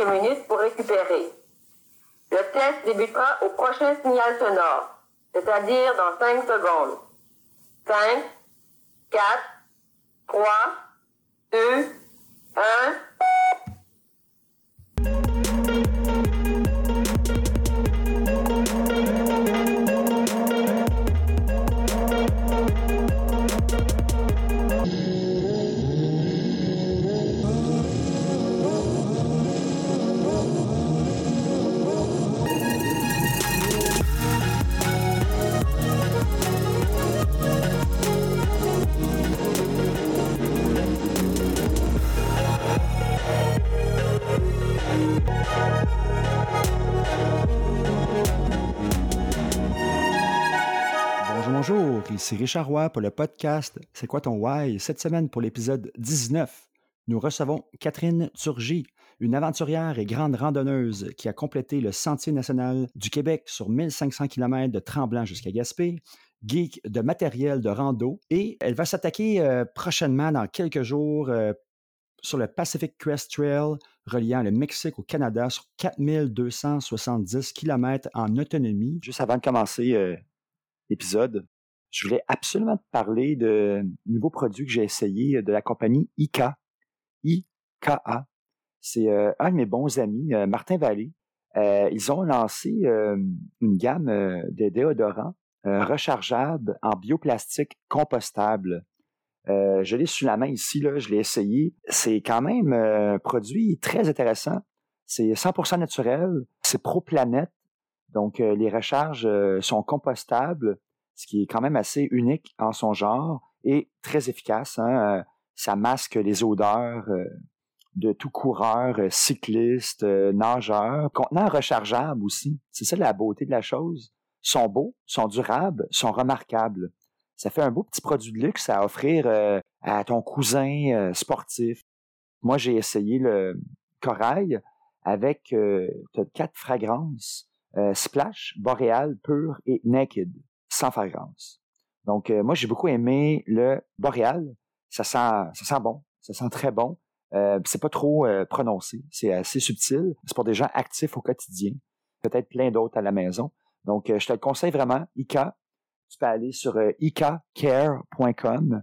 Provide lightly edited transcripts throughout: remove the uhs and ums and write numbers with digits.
quelques minutes pour récupérer. Le test débutera au prochain signal sonore, c'est-à-dire dans 5 secondes. 5, 4, 3, 2, 1... Bonjour, ici Richard Roy pour le podcast C'est quoi ton why? Cette semaine pour l'épisode 19, nous recevons Catherine Turgy, une aventurière et grande randonneuse qui a complété le Sentier national du Québec sur 1500 km de Tremblant jusqu'à Gaspé, geek de matériel de rando, et elle va s'attaquer prochainement dans quelques jours sur le Pacific Crest Trail reliant le Mexique au Canada sur 4270 km en autonomie. Juste avant de commencer l'épisode, je voulais absolument te parler de nouveaux produits que j'ai essayé de la compagnie IKA. IKA. C'est un de mes bons amis, Martin Vallée. Ils ont lancé une gamme de déodorants rechargeables en bioplastique compostable. Je l'ai sous la main ici, là, je l'ai essayé. C'est quand même un produit très intéressant. C'est 100% naturel. C'est pro-planète. Donc, les recharges sont compostables, ce qui est quand même assez unique en son genre et très efficace. Ça masque les odeurs de tout coureur, cycliste, nageur. Contenant rechargeable aussi. C'est ça la beauté de la chose. Sont beaux, sont durables, sont remarquables. Ça fait un beau petit produit de luxe à offrir à ton cousin sportif. Moi, j'ai essayé le corail avec 4 fragrances. Splash, Boréal, Pur et Naked, sans fragrance. Donc, moi, j'ai beaucoup aimé le Boréal. Ça sent bon. Ça sent très bon. C'est pas trop prononcé. C'est assez subtil. C'est pour des gens actifs au quotidien. Peut-être plein d'autres à la maison. Donc, je te le conseille vraiment. IKA. Tu peux aller sur ikacare.com.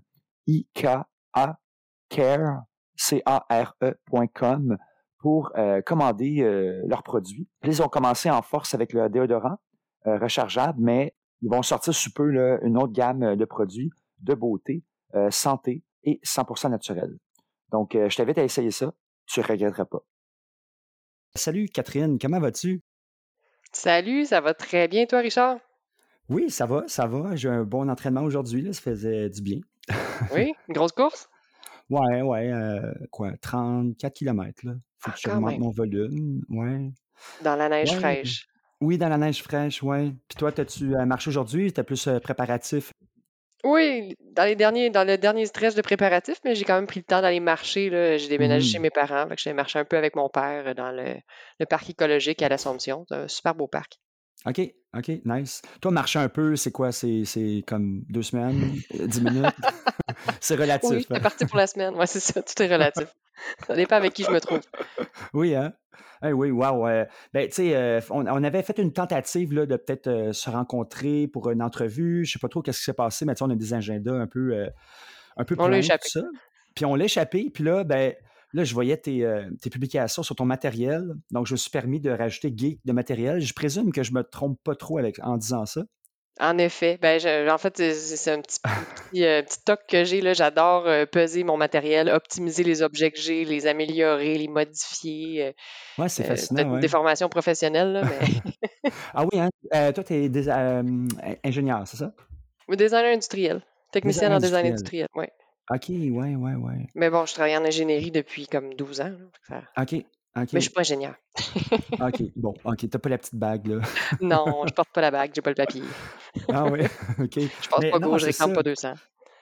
IKACare, CARE.com pour commander leurs produits. Puis, ils ont commencé en force avec le déodorant rechargeable, mais ils vont sortir sous peu là, une autre gamme de produits de beauté, santé et 100% naturel. Donc, je t'invite à essayer ça. Tu ne regretteras pas. Salut Catherine, comment vas-tu? Salut, ça va très bien, toi, Richard? Oui, ça va, ça va. J'ai un bon entraînement aujourd'hui, là, ça faisait du bien. Oui, une grosse course? Ouais, 34 km, là. Faut que je Quand augmente même. mon volume, ouais. Dans la neige Ouais, fraîche. oui, dans la neige fraîche, ouais. Puis toi, t'as-tu marché aujourd'hui? T'es plus préparatif? Oui, dans le dernier stress de préparatif, mais j'ai quand même pris le temps d'aller marcher, là. J'ai déménagé chez mes parents, fait que j'ai marché un peu avec mon père dans le parc écologique à l'Assomption. C'est un super beau parc. OK, nice. Toi, marcher un peu, c'est quoi? C'est comme 2 semaines, 10 minutes? C'est Oui, relatif, hein? c'est parti pour la semaine. Ouais, c'est ça, tout est relatif. Ça dépend avec qui je me trouve. Oui, hein? Oui, wow. Ben, tu sais, on avait fait une tentative là, de peut-être se rencontrer pour une entrevue. Je sais pas trop qu'est-ce qui s'est passé, mais tu sais, on a des agendas un peu On l'a pleins, tout échappé. ça. Puis on l'a échappé. Puis là, ben, là, je voyais tes publications sur ton matériel. Donc, je me suis permis de rajouter geek de matériel. Je présume que je me trompe pas trop en disant ça. En effet, ben en fait, c'est un petit toc que j'ai là. J'adore peser mon matériel, optimiser les objets que j'ai, les améliorer, les modifier. Ouais, c'est Peut-être fascinant, une ouais. déformation professionnelle, là, mais Ah oui, hein? Toi, tu es ingénieur, c'est ça? designer industriel, technicienne Designer en design industriel. industriel, oui. OK, ouais. Mais bon, je travaille en ingénierie depuis comme 12 ans, là, OK, mais je OK. suis pas ingénieur. OK, bon, OK, t'as pas la petite bague, là. Non, je porte pas la bague, j'ai pas le papier. Ah oui, OK. Je passe Mais pas non, gros, je c'est réclame ça. pas 200.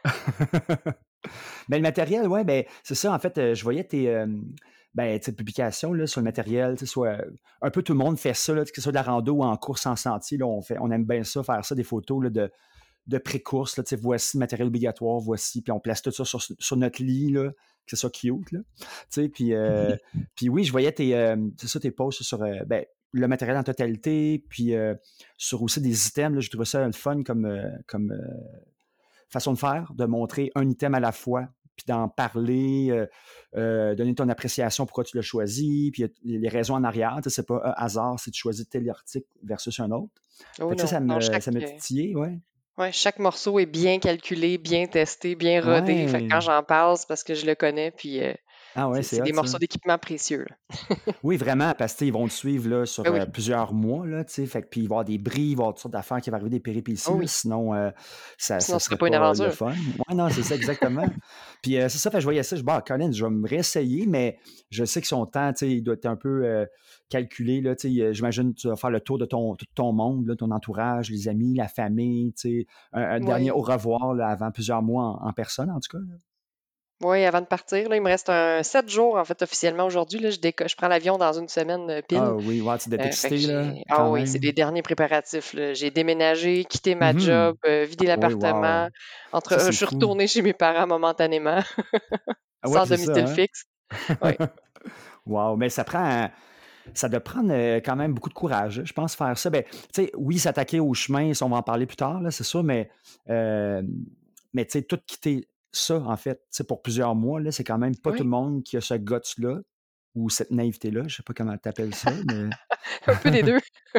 Mais le matériel, ouais, ben, c'est ça. En fait, je voyais tes publications là, sur le matériel. Soit, un peu tout le monde fait ça, là, que ce soit de la rando ou en course en sentier. Là, on aime bien ça, faire ça, des photos là, de pré-course. Là, voici le matériel obligatoire, voici. Puis on place tout ça sur notre lit. Là. que ce soit cute, là. Tu sais, puis oui, je voyais tes posts sur le matériel en totalité, puis sur aussi des items, là, je trouvais ça le fun comme façon de faire, de montrer un item à la fois, puis d'en parler, donner ton appréciation, pourquoi tu l'as choisi, puis les raisons en arrière. Tu sais, c'est pas un hasard si tu choisis tel article versus un autre. Oh Fait que non, non, ça m'a titillé, ouais. ouais, chaque morceau est bien calculé, bien testé, bien rodé. Fait que quand Ouais. j'en parle, c'est parce que je le connais, puis Ah ouais, c'est c'est hot, des ça. morceaux d'équipement précieux, là. Oui, vraiment, parce qu'ils vont te suivre là, sur Ben oui. plusieurs mois, là, tu sais, fait que, puis il va y avoir des bris, il va y avoir toutes sortes d'affaires qui vont arriver, des péripéties, Oh là, oui. sinon ça Sinon, ce serait serait pas une pas le aventure. fun. Ouais, non, c'est ça, exactement. Puis c'est ça, fait que je voyais ça, je dis, bah, Colin, je vais me réessayer, mais je sais que son temps, tu sais, il doit être un peu calculé, là, tu sais, j'imagine que tu vas faire le tour de tout ton monde, là, ton entourage, les amis, la famille, tu sais, un dernier Oui. au revoir, là, avant plusieurs mois en personne, en tout cas, là. Oui, avant de partir, là, il me reste 7 jours, en fait, officiellement aujourd'hui. Là, je prends l'avion dans une semaine Ah pile. oui, ouais, tu dois être Fait que excité, là, ah quand oui, c'est les même. derniers préparatifs, là. J'ai déménagé, quitté ma Mhm. job, vidé Oui, l'appartement. wow. Ça, Je c'est suis fou. retournée chez mes parents momentanément, Ah ouais, sans c'est ça, domicile hein? fixe. Oui. Wow, mais ça doit prendre quand même beaucoup de courage, je pense, faire ça. Ben, tu sais, oui, s'attaquer au chemin, ça, on va en parler plus tard, là, c'est sûr, euh, mais tu sais, tout quitter ça, en fait, tu sais, pour plusieurs mois, là, c'est quand même pas tout Oui, le monde qui a ce guts-là ou cette naïveté-là, je sais pas comment tu appelles ça, mais un peu des 2.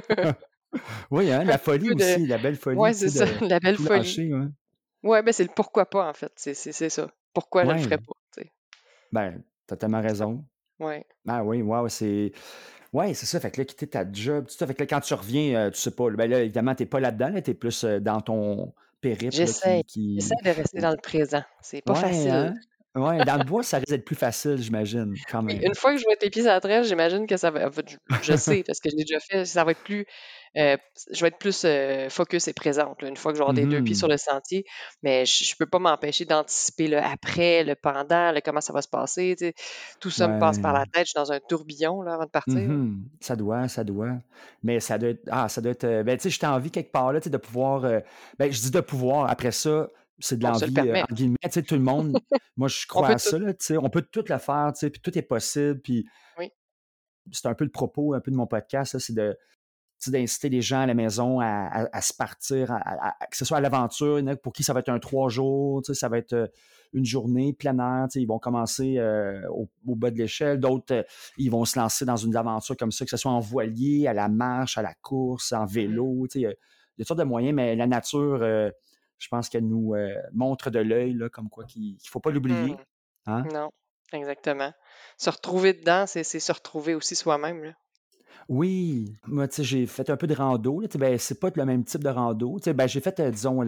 oui, hein, Un la folie peu de aussi, la belle ouais, folie, tu c'est sais, ça, de la belle tout folie. lâcher, hein. Ouais, ben, c'est le pourquoi pas, en fait. C'est ça. Pourquoi je le ferais Ouais, pas, tu sais? ben, t'as tellement Ça raison. ouais. Ah oui, wow, c'est. Ouais, c'est ça. Fait que là, quitter ta job, tout ça. Fait que là, quand tu reviens, tu sais pas. Ben là, évidemment, t'es pas là-dedans, là, t'es plus dans ton périple là, J'essaye. J'essaie de rester ou- dans le présent. C'est pas Ouais, facile. hein? Ouais, dans le bois, ça risque d'être plus facile, j'imagine, quand Oui, même. une fois que je vais être les pieds à la traîne, j'imagine que ça va en fait, je sais parce que je l'ai déjà fait, ça va être plus, je vais être plus, focus et présente, là, une fois que j'aurai les 2 pieds sur Mhm. le sentier, mais je peux pas m'empêcher d'anticiper le après, le pendant, le comment ça va se passer, tu sais? Tout ça me passe par la Ouais. tête, je suis dans un tourbillon, là, avant de partir. Mhm. Ça doit, ça doit. Mais ça doit être. Ah, ça doit être. Ben, tu sais, j'ai envie quelque part, là, tu sais, de pouvoir. Ben, je dis de pouvoir. Après ça, c'est de On se le l'envie, permet. entre guillemets. Tu sais, tout le monde. Moi, je On crois peut à tout. ça, là, tu sais. On peut tout le faire, tu sais, puis tout est possible. Puis Oui. c'est un peu le propos un peu de mon podcast, là, c'est d'inciter les gens à la maison à se partir, que ce soit à l'aventure. Il y en a pour qui ça va être un 3 jours, ça va être une journée plein air. Ils vont commencer au bas de l'échelle. D'autres, ils vont se lancer dans une aventure comme ça, que ce soit en voilier, à la marche, à la course, en Mmh. vélo. Il y a toutes sortes de moyens, mais la nature, je pense qu'elle nous montre de l'œil, là, comme quoi qu'il ne faut pas l'oublier. Mmh. Hein? Non, exactement. Se retrouver dedans, c'est se retrouver aussi soi-même, là. Oui, moi, tu sais, j'ai fait un peu de rando, là, tu sais, ben, c'est pas le même type de rando. Tu sais, ben, j'ai fait, disons,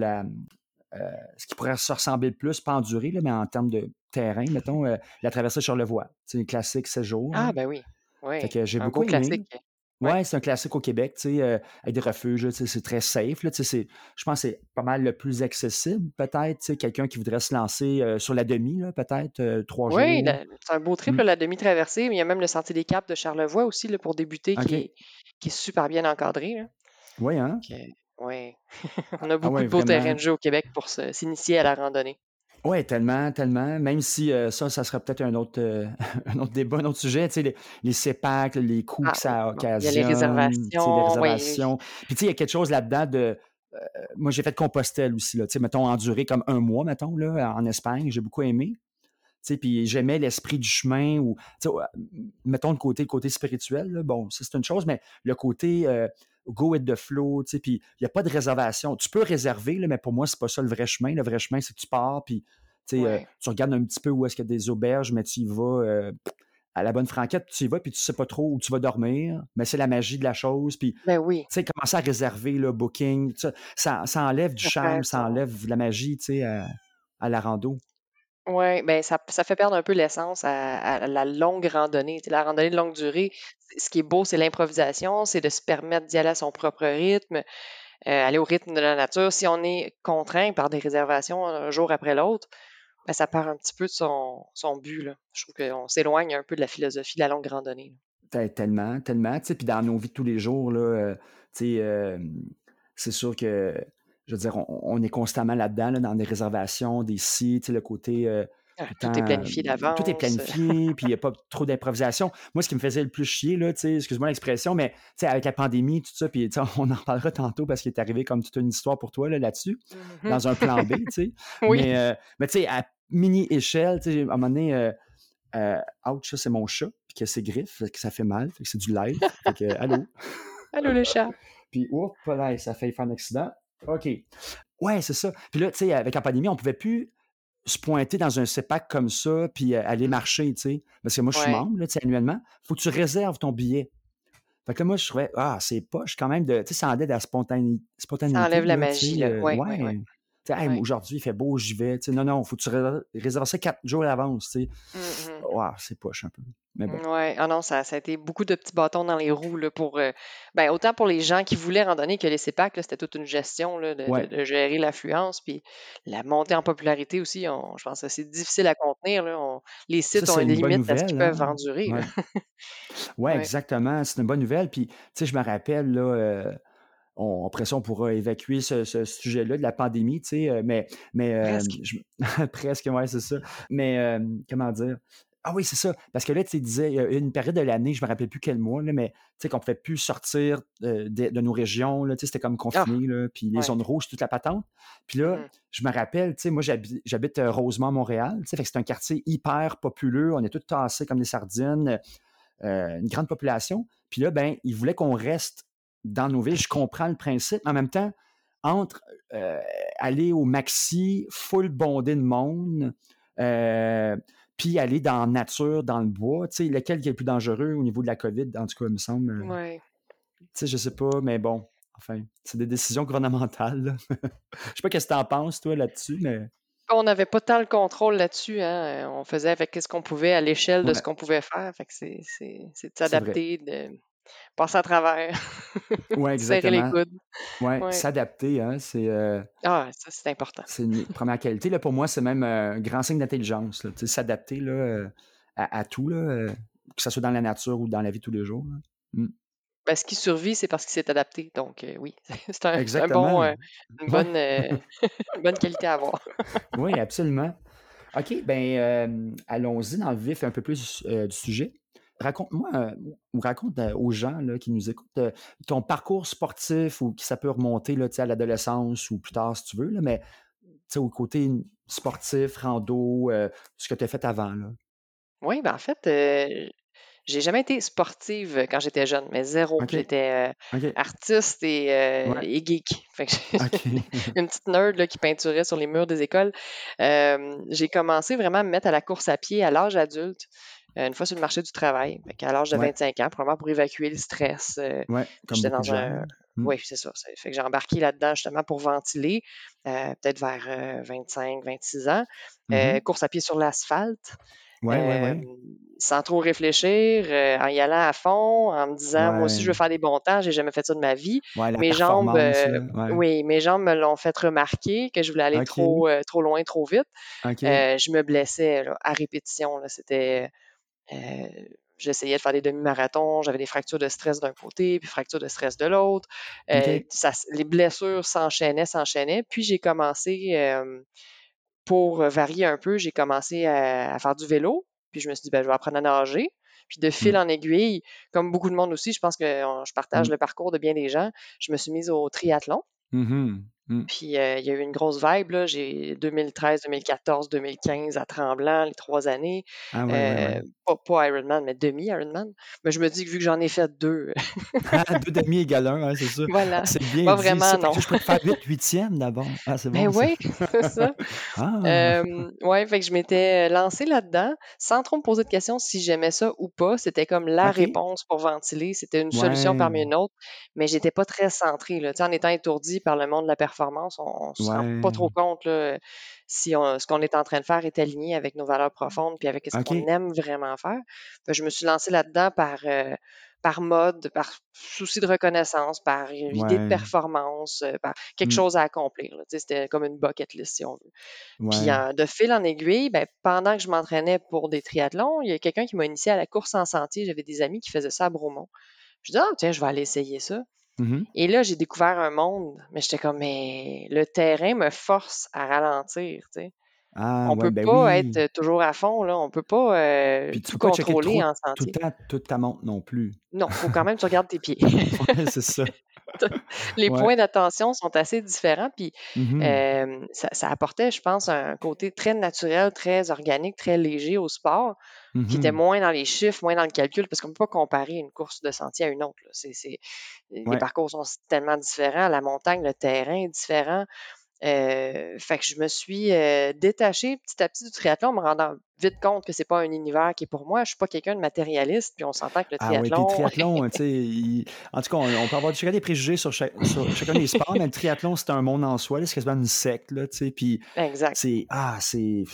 ce qui pourrait se ressembler le plus, pas en durée, là, mais en termes de terrain, mettons, la traversée de Charlevoix. C'est un classique 16 jours, là. Ah ben oui, Fait oui, que j'ai un beaucoup beau aimé. classique. Ouais. Ouais, c'est un classique au Québec, tu sais, avec des refuges, là, tu sais, c'est très safe, là, tu sais, je pense que c'est pas mal le plus accessible, peut-être, tu sais, quelqu'un qui voudrait se lancer sur la demi, là, peut-être, 3 Oui, jours. c'est un beau trip, Hmm, là, la demi-traversée, mais il y a même le Sentier des Caps de Charlevoix aussi, là, pour débuter, OK. qui est super bien encadré, là. Oui, hein? Que ouais, on a Ah beaucoup ouais, de beaux terrains vraiment. de jeu au Québec pour s'initier à la randonnée. Ouais, tellement, tellement. Même si ça sera peut-être un autre, un autre débat, un autre sujet. Tu sais, les CEPAC, les coûts Ah que oui, ça bon, il y a les occasionne, tu sais, les réservations, oui, oui. réservations. Puis tu sais, il y a quelque chose là-dedans de. Moi, j'ai fait Compostelle aussi, là. Tu sais, mettons, enduré comme un mois, mettons, là, en Espagne. J'ai beaucoup aimé. Tu sais, puis j'aimais l'esprit du chemin ou, tu sais, mettons le côté spirituel, là. Bon, ça, c'est une chose, mais le côté go with the flow, tu sais, puis il n'y a pas de réservation. Tu peux réserver, là, mais pour moi, c'est pas ça le vrai chemin. Le vrai chemin, c'est que tu pars, puis tu sais, Ouais, tu regardes un petit peu où est-ce qu'il y a des auberges, mais tu y vas à la bonne franquette, tu y vas, puis tu sais pas trop où tu vas dormir, mais c'est la magie de la chose, puis ben oui, tu sais, commencer à réserver, le booking, ça enlève du ça fait charme, ça enlève de la magie, tu sais, à la rando. ouais, ben ça fait perdre un peu l'essence à la longue randonnée. Tu sais, la randonnée de longue durée, ce qui est beau, c'est l'improvisation, c'est de se permettre d'y aller à son propre rythme, aller au rythme de la nature. Si on est contraint par des réservations un jour après l'autre, ben, ça perd un petit peu de son but, là. Je trouve qu'on s'éloigne un peu de la philosophie de la longue randonnée, là. Tellement, tellement, tu sais, puis dans nos vies de tous les jours, là, tu sais, c'est sûr que, je veux dire, on est constamment là-dedans, là, dans des réservations, des sites, tu sais, le côté, tout le Tout est temps, planifié tout est d'avance. planifié, puis il n'y a pas trop d'improvisation. Moi, ce qui me faisait le plus chier, là, tu sais, excuse-moi l'expression, mais tu sais, avec la pandémie, tout ça, puis tu sais, on en reparlera tantôt parce qu'il est arrivé comme toute une histoire pour toi là-dessus, Mhm. dans un plan B, tu sais. Oui. Mais tu sais, à mini-échelle, tu sais, à un moment donné, ouch, ça, c'est mon chat, puis que ses griffes, fait que ça fait mal, fait que c'est du live. Fait que, allô? Allô, le chat. Puis, oups, là, ça a failli faire un accident. OK. Ouais, c'est ça. Puis là, tu sais, avec la pandémie, on pouvait plus se pointer dans un CEPAC comme ça, puis aller marcher, tu sais. Parce que moi, je suis Ouais. membre, là, tu sais, annuellement. Faut que tu réserves ton billet. Fait que là, moi, je trouvais, c'est poche quand même de, tu sais, ça enlève la Ça spontanéité, enlève la là, tu magie, sais. là. Ouais, ouais, ouais. Ouais. Tu sais, hey, Ouais. aujourd'hui, il fait beau, j'y vais. Tu sais, non, faut que tu réserves ça 4 jours à l'avance, tu sais. Mhm. Ouais, c'est poche un peu. Mais bon. Ouais. Ah non, ça a été beaucoup de petits bâtons dans les roues là, pour ben, autant pour les gens qui voulaient randonner que les CEPAC, là, c'était toute une gestion là, Ouais. de gérer l'affluence, puis la montée en popularité aussi. Je pense que c'est difficile à contenir. Là. Les Ça, sites ont c'est une une bonne limite à ce qu'ils nouvelle, peuvent hein? endurer. Là. Ouais. Ouais, Ouais. exactement. C'est une bonne nouvelle. Puis, tu sais, je me rappelle, là, après ça, on pourra évacuer ce sujet-là de la pandémie, tu sais, Presque. presque, ouais, c'est ça. Mais comment dire? Ah oui, c'est ça. Parce que là, tu sais, disais, il y a une période de l'année, je me rappelle plus quel mois, là, mais tu sais, qu'on ne pouvait plus sortir de nos régions, là, tu sais, c'était comme Ah, confiné, là, puis les ouais. zones rouges, toute la patente. Puis là, Mhm. je me rappelle, tu sais, moi, j'habite Rosemont, Montréal, tu sais, fait que c'est un quartier hyper populeux, on est tous tassés comme des sardines, une grande population. Puis là, ben, ils voulaient qu'on reste dans nos villes. Je comprends le principe. Mais en même temps, entre aller au maxi, full bondé de monde, puis aller dans la nature, dans le bois, tu sais, lequel qui est le plus dangereux au niveau de la COVID, en tout cas, il me semble. Ouais. Tu sais, je sais pas, mais bon, enfin, c'est des décisions gouvernementales, là. Je sais pas qu'est-ce que tu en penses, toi, là-dessus, mais On n'avait pas tant le contrôle là-dessus, hein. On faisait avec ce qu'on pouvait à l'échelle de ce ouais, qu'on pouvait faire. Fait que c'est de c'est vrai. s'adapter, de passer à travers, Ouais, serrer les exactement. coudes. Ouais, Ouais. s'adapter, hein, Ah, ça, c'est important. c'est une première qualité. Là, pour moi, c'est même un grand signe d'intelligence. Là, tu sais, s'adapter là, à tout, là, que ce soit dans la nature ou dans la vie de tous les jours. Là. Mm. Ben, ce qui survit, c'est parce qu'il s'est adapté. Donc, oui, c'est un bon, Exactement. une Ouais. bonne, une bonne qualité à avoir. Oui, absolument. OK, ben allons-y dans le vif un peu plus du sujet. Raconte-moi ou raconte aux gens là, qui nous écoutent ton parcours sportif ou qui ça peut remonter là, tu sais, à l'adolescence ou plus tard si tu veux, là, mais tu sais, au côté sportif, rando, ce que tu as fait avant. Là. Oui, ben, en fait, j'ai jamais été sportive quand j'étais jeune, mais zéro. OK. J'étais OK. artiste Ouais. et geek. Fait que OK. une petite nerd là, qui peinturait sur les murs des écoles. J'ai commencé vraiment à me mettre à la course à pied à l'âge adulte, une fois sur le marché du travail. Fait qu'à l'âge de Ouais. 25 ans, probablement pour évacuer le stress. Ouais. Comme J'étais beaucoup de dans gens. Là. un. Mm. Oui, c'est ça. Fait que j'ai embarqué là-dedans justement pour ventiler, peut-être vers 25, 26 ans. Mhm. Course à pied sur l'asphalte. Ouais, ouais, Hem, ouais. sans trop réfléchir, en y allant à fond, en me disant: «Moi aussi, je veux Ouais. faire des bons temps, j'ai jamais fait ça de ma vie». Ouais, la Mes jambes, performance, là. Ouais. oui, mes jambes me l'ont fait remarquer que je voulais aller OK. trop loin, trop vite. OK. Je me blessais, là, à répétition, là. Heu, j'essayais de faire des demi-marathons, j'avais des fractures de stress d'un côté, puis fractures de stress de l'autre. OK. Les blessures s'enchaînaient. Puis j'ai commencé, pour varier un peu, j'ai commencé à faire du vélo, puis je me suis dit: «Ben, je vais apprendre à nager». Puis de fil Mm. en aiguille, comme beaucoup de monde aussi, je pense que je partage Mm. le parcours de bien des gens, je me suis mise au triathlon. Mhm. Mm. Puis, il y a eu une grosse vibe, là. J'ai 2013, 2014, 2015 à Tremblant, les 3 années. Ah ouais, ouais, ouais. Pas Ironman, mais demi-Ironman. Mais je me dis que vu que j'en ai fait 2, Ah, 2 demi égal 1, ouais, c'est ça. Ah, voilà, c'est bien pas dit ça. vraiment, Fait que non. là, je peux te faire 8 huitièmes d'abord. Ah, c'est Ben bon ça. oui, c'est ça. Ah! Ouais, fait que je m'étais lancée là-dedans, sans trop me poser de questions si j'aimais ça ou pas. C'était comme la OK. réponse pour ventiler. C'était une solution Ouais. parmi une autre, mais j'étais pas très centrée, là. Tu sais, en étant étourdie par le monde de la performance, on se rend pas trop Ouais. compte, là, si ce qu'on est en train de faire est aligné avec nos valeurs profondes puis avec ce qu'on OK. aime vraiment faire. Fait que je me suis lancée là-dedans par mode, par souci de reconnaissance, par idée de Ouais. performance, par quelque Mm. chose à accomplir, là. Tu sais, c'était comme une bucket list, si on veut. Puis Ouais. de fil en aiguille, ben, pendant que je m'entraînais pour des triathlons, il y a quelqu'un qui m'a initié à la course en sentier. J'avais des amis qui faisaient ça à Bromont. Je dis: «Ah tiens, je vais aller essayer ça». Mhm. Et là, j'ai découvert un monde, mais j'étais comme: «Mais le terrain me force à ralentir», tu sais? Ah, On ouais, peut ben pas oui. être toujours à fond, là. On peut pas Puis tu tout peux pas checker contrôler en tout le sentier. temps toute ta montre non plus. Non, faut quand même que tu regardes tes pieds. Ouais, c'est ça. Les Ouais. points d'attention sont assez différents, puis Mhm. ça apportait, je pense, un côté très naturel, très organique, très léger au sport, qui était Mhm. moins dans les chiffres, moins dans le calcul, parce qu'on ne peut pas comparer une course de sentier à une autre, là. Les Ouais. parcours sont tellement différents, la montagne, le terrain est différent. Fait que je me suis détachée petit à petit du triathlon, me rendant vite compte que c'est pas un univers qui est pour moi. Je suis pas quelqu'un de matérialiste, puis on s'entend que le Ah ouais, puis le triathlon, triathlon, tu sais, en tout cas, on peut avoir chacun des préjugés sur chacun des sports, mais le triathlon, c'est un monde en soi, là, c'est quasiment une secte, là, tu sais, puis exact. c'est...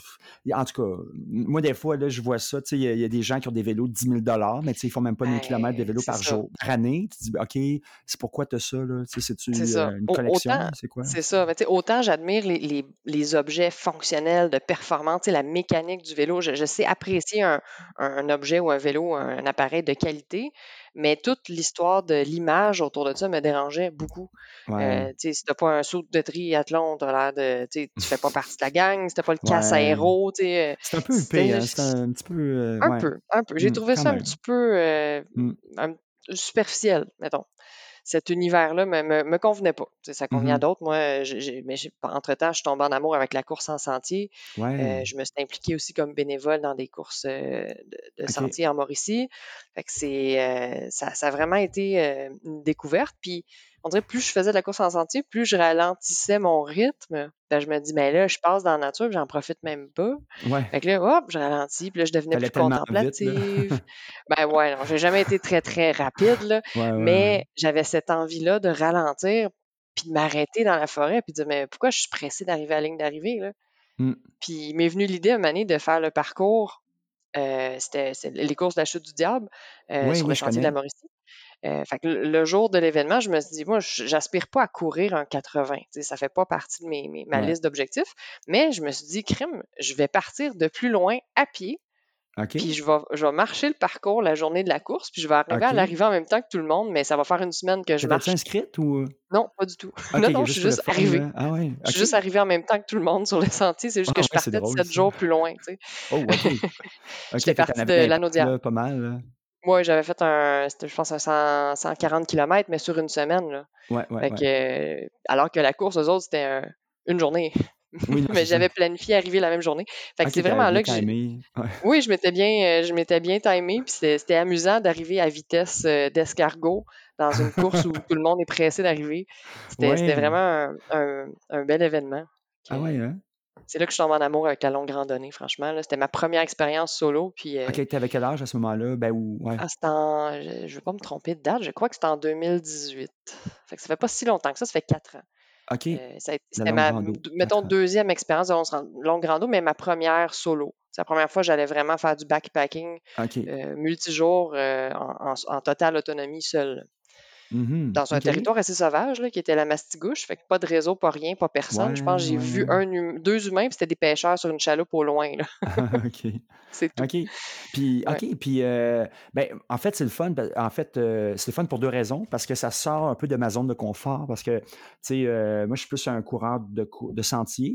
En tout cas, moi, des fois, là, je vois ça, tu sais, il y a des gens qui ont des vélos de 10 000 mais tu sais, ils font même pas 1000 km de vélo C'est par ça. jour, par année. Tu te dis, OK, c'est pourquoi tu as ça, là? Tu sais, C'est c'est-tu ça. une collection? Autant C'est quoi? c'est ça, mais tu sais, autant j'admire les objets fonctionnels de performance, tu sais, la mécanique du vélo. Je sais apprécier un objet ou un vélo, un appareil de qualité, mais toute l'histoire de l'image autour de ça me dérangeait beaucoup. Ouais, Tu sais, si tu pas un saut de triathlon, tu l'air de tu fais pas partie de la gang, si tu pas le casque ouais. aéro, tu sais, C'est un peu huppé, c'était hein? C'est un petit peu, ouais. un peu. J'ai trouvé Quand ça un petit même. peu, Mm. un superficiel, mettons. Cet univers-là me convenait pas. Tu sais, ça convenait à Mhm. d'autres. Moi, entre-temps, je suis tombée en amour avec la course en sentier. Ouais, Je me suis impliquée aussi comme bénévole dans des courses, de OK. sentier en Mauricie. Fait que ça a vraiment été, une découverte. Puis, on dirait plus je faisais de la course en sentier, plus je ralentissais mon rythme. Ben, je me dis: «Mais là, je passe dans la nature, puis j'en profite même pas». Ouais, Fait que là, hop, je ralentis, puis là, je devenais tu plus tellement vite, là. contemplative. Ben, ouais, non, j'ai jamais été très, très rapide, là, Ouais, ouais, ouais. mais j'avais cette envie-là de ralentir, puis de m'arrêter dans la forêt, puis de dire: «Mais pourquoi je suis pressée d'arriver à la ligne d'arrivée, là?» Mmh. Puis il m'est venu l'idée, un moment donné, de faire le parcours, c'est les courses de la Chute du Diable, Oui, sur oui, le je sentier de la connais. Mauricie. Fait que le jour de l'événement, je me suis dit: «Moi, j'aspire pas à courir un 80, tu sais, ça fait pas partie de ma Ouais. liste d'objectifs», mais je me suis dit: «Crime, je vais partir de plus loin à pied, puis OK, je vais marcher le parcours la journée de la course, puis je vais arriver à OK. l'arrivée en même temps que tout le monde, mais ça va faire une semaine que je T'étais-tu marche». inscrite ou? Non, pas du tout. OK, Non, OK, non, je juste suis pour le juste fun, arrivée. là. Ah ouais, Je suis OK. juste arrivée en même temps que tout le monde sur le sentier, c'est juste Ah que je ouais, c'est partais de drôle 7 ça. jours plus loin, tu sais. Oh, OK. OK, J'étais fait que tu en partie avais de l'impact, Lanaudière. là, pas mal, là. Moi, j'avais fait c'était je pense un 140 kilomètres, mais sur une semaine, là. Ouais, ouais, Fait ouais. que, alors que la course, eux autres, c'était une journée. Oui, non, Mais c'est ça. j'avais planifié arriver la même journée. Fait que OK, c'est tu vraiment bien là que j'ai timé. Ouais. oui, je m'étais bien timée, puis c'était amusant d'arriver à vitesse, d'escargot dans une course où tout le monde est pressé d'arriver. C'était Ouais. vraiment un bel événement. Que Ah ouais, hein? C'est là que je suis tombée en amour avec la longue randonnée, franchement, là. C'était ma première expérience solo, puis, OK, tu avais quel âge à ce moment-là? Ben, ou ouais. c'était je veux pas me tromper de date, je crois que c'était en 2018. Fait que ça fait pas si longtemps que ça fait 4 ans. OK, la C'était longue ma, rando, mettons, 4 ans. deuxième expérience de longue rando, mais ma première solo. C'est la première fois que j'allais vraiment faire du backpacking, OK. multijours, en totale autonomie seule. Mhm. Dans un OK. territoire assez sauvage, là, qui était la Mastigouche, fait que pas de réseau, pas rien, pas personne. Je pense Ouais, que j'ai ouais, vu ouais. 2 humains, puis c'était des pêcheurs sur une chaloupe au loin, là. OK. C'est tout. OK. Puis Ouais. OK, puis, ben, en fait, c'est le fun, en fait, c'est le fun pour 2 raisons, parce que ça sort un peu de ma zone de confort, parce que, tu sais, moi, je suis plus un coureur de sentier,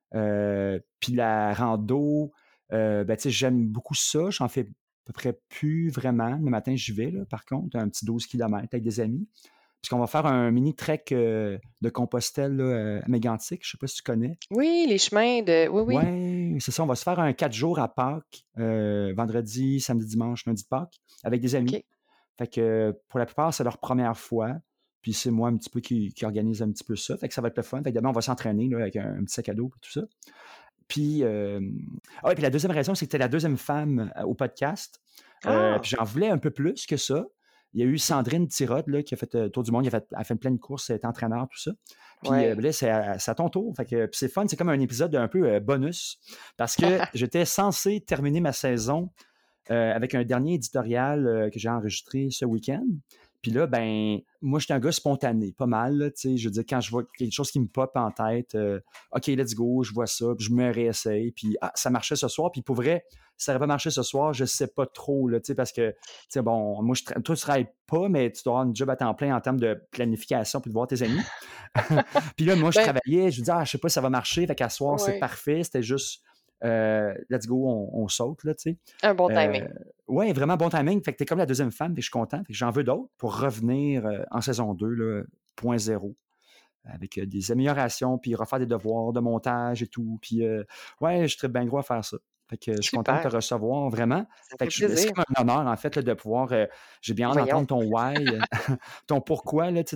puis la rando, ben, tu sais, j'aime beaucoup ça. J'en fais à peu près plus vraiment. Le matin, j'y vais, là, par contre, un petit 12 kilomètres avec des amis. Puisqu'on va faire un mini trek, de Compostelle, là, à Mégantic, je sais pas si tu connais? Oui, les chemins de oui, oui. Ouais, c'est ça, on va se faire un 4 jours à Pâques, vendredi, samedi, dimanche, lundi de Pâques, avec des amis. OK. Fait que pour la plupart, c'est leur première fois. Puis c'est moi un petit peu qui organise un petit peu ça. Fait que ça va être le fun. Fait que demain, on va s'entraîner là, avec un petit sac à dos et tout ça. Puis, ah ouais, puis la deuxième raison, c'est que tu la deuxième femme au podcast. Ah! Puis j'en voulais un peu plus que ça. Il y a eu Sandrine Tirotte là, qui a fait le tour du monde. Elle a fait plein de courses, elle est entraîneur, tout ça. Puis Ouais. ben là, c'est à ton tour. Fait que, puis c'est fun, c'est comme un épisode un peu bonus. Parce que j'étais censé terminer ma saison avec un dernier éditorial que j'ai enregistré ce week-end. Puis là, ben, moi, j'étais un gars spontané, pas mal, là, tu sais. Je veux dire, quand je vois quelque chose qui me pop en tête, OK, let's go, je vois ça, puis je me réessaye, puis ça marchait ce soir. Puis pour vrai, si ça n'aurait pas marché ce soir, je sais pas trop, là, tu sais, parce que, tu sais, bon, moi, toi, tu travailles pas, mais tu dois avoir un job à temps plein en termes de planification puis de voir tes amis. Puis là, moi, je Ben, travaillais, je me disais, je sais pas si ça va marcher, fait qu'à soir, c'est ouais, parfait, c'était juste, let's go, on saute, là, tu sais. un bon timing. Ouais, vraiment bon timing. Fait que t'es comme la deuxième femme, puis je suis content. Fait que j'en veux d'autres pour revenir en saison 2, là, 0.0, avec des améliorations, puis refaire des devoirs de montage et tout. Puis ouais, je serais bien gros à faire ça. Fait que je suis content de te Super, recevoir, vraiment. ça Fait fait que c'est plaisir. comme un honneur, en fait, là, de pouvoir. J'ai bien hâte Voyons. d'entendre ton why, ton pourquoi, là, tu sais,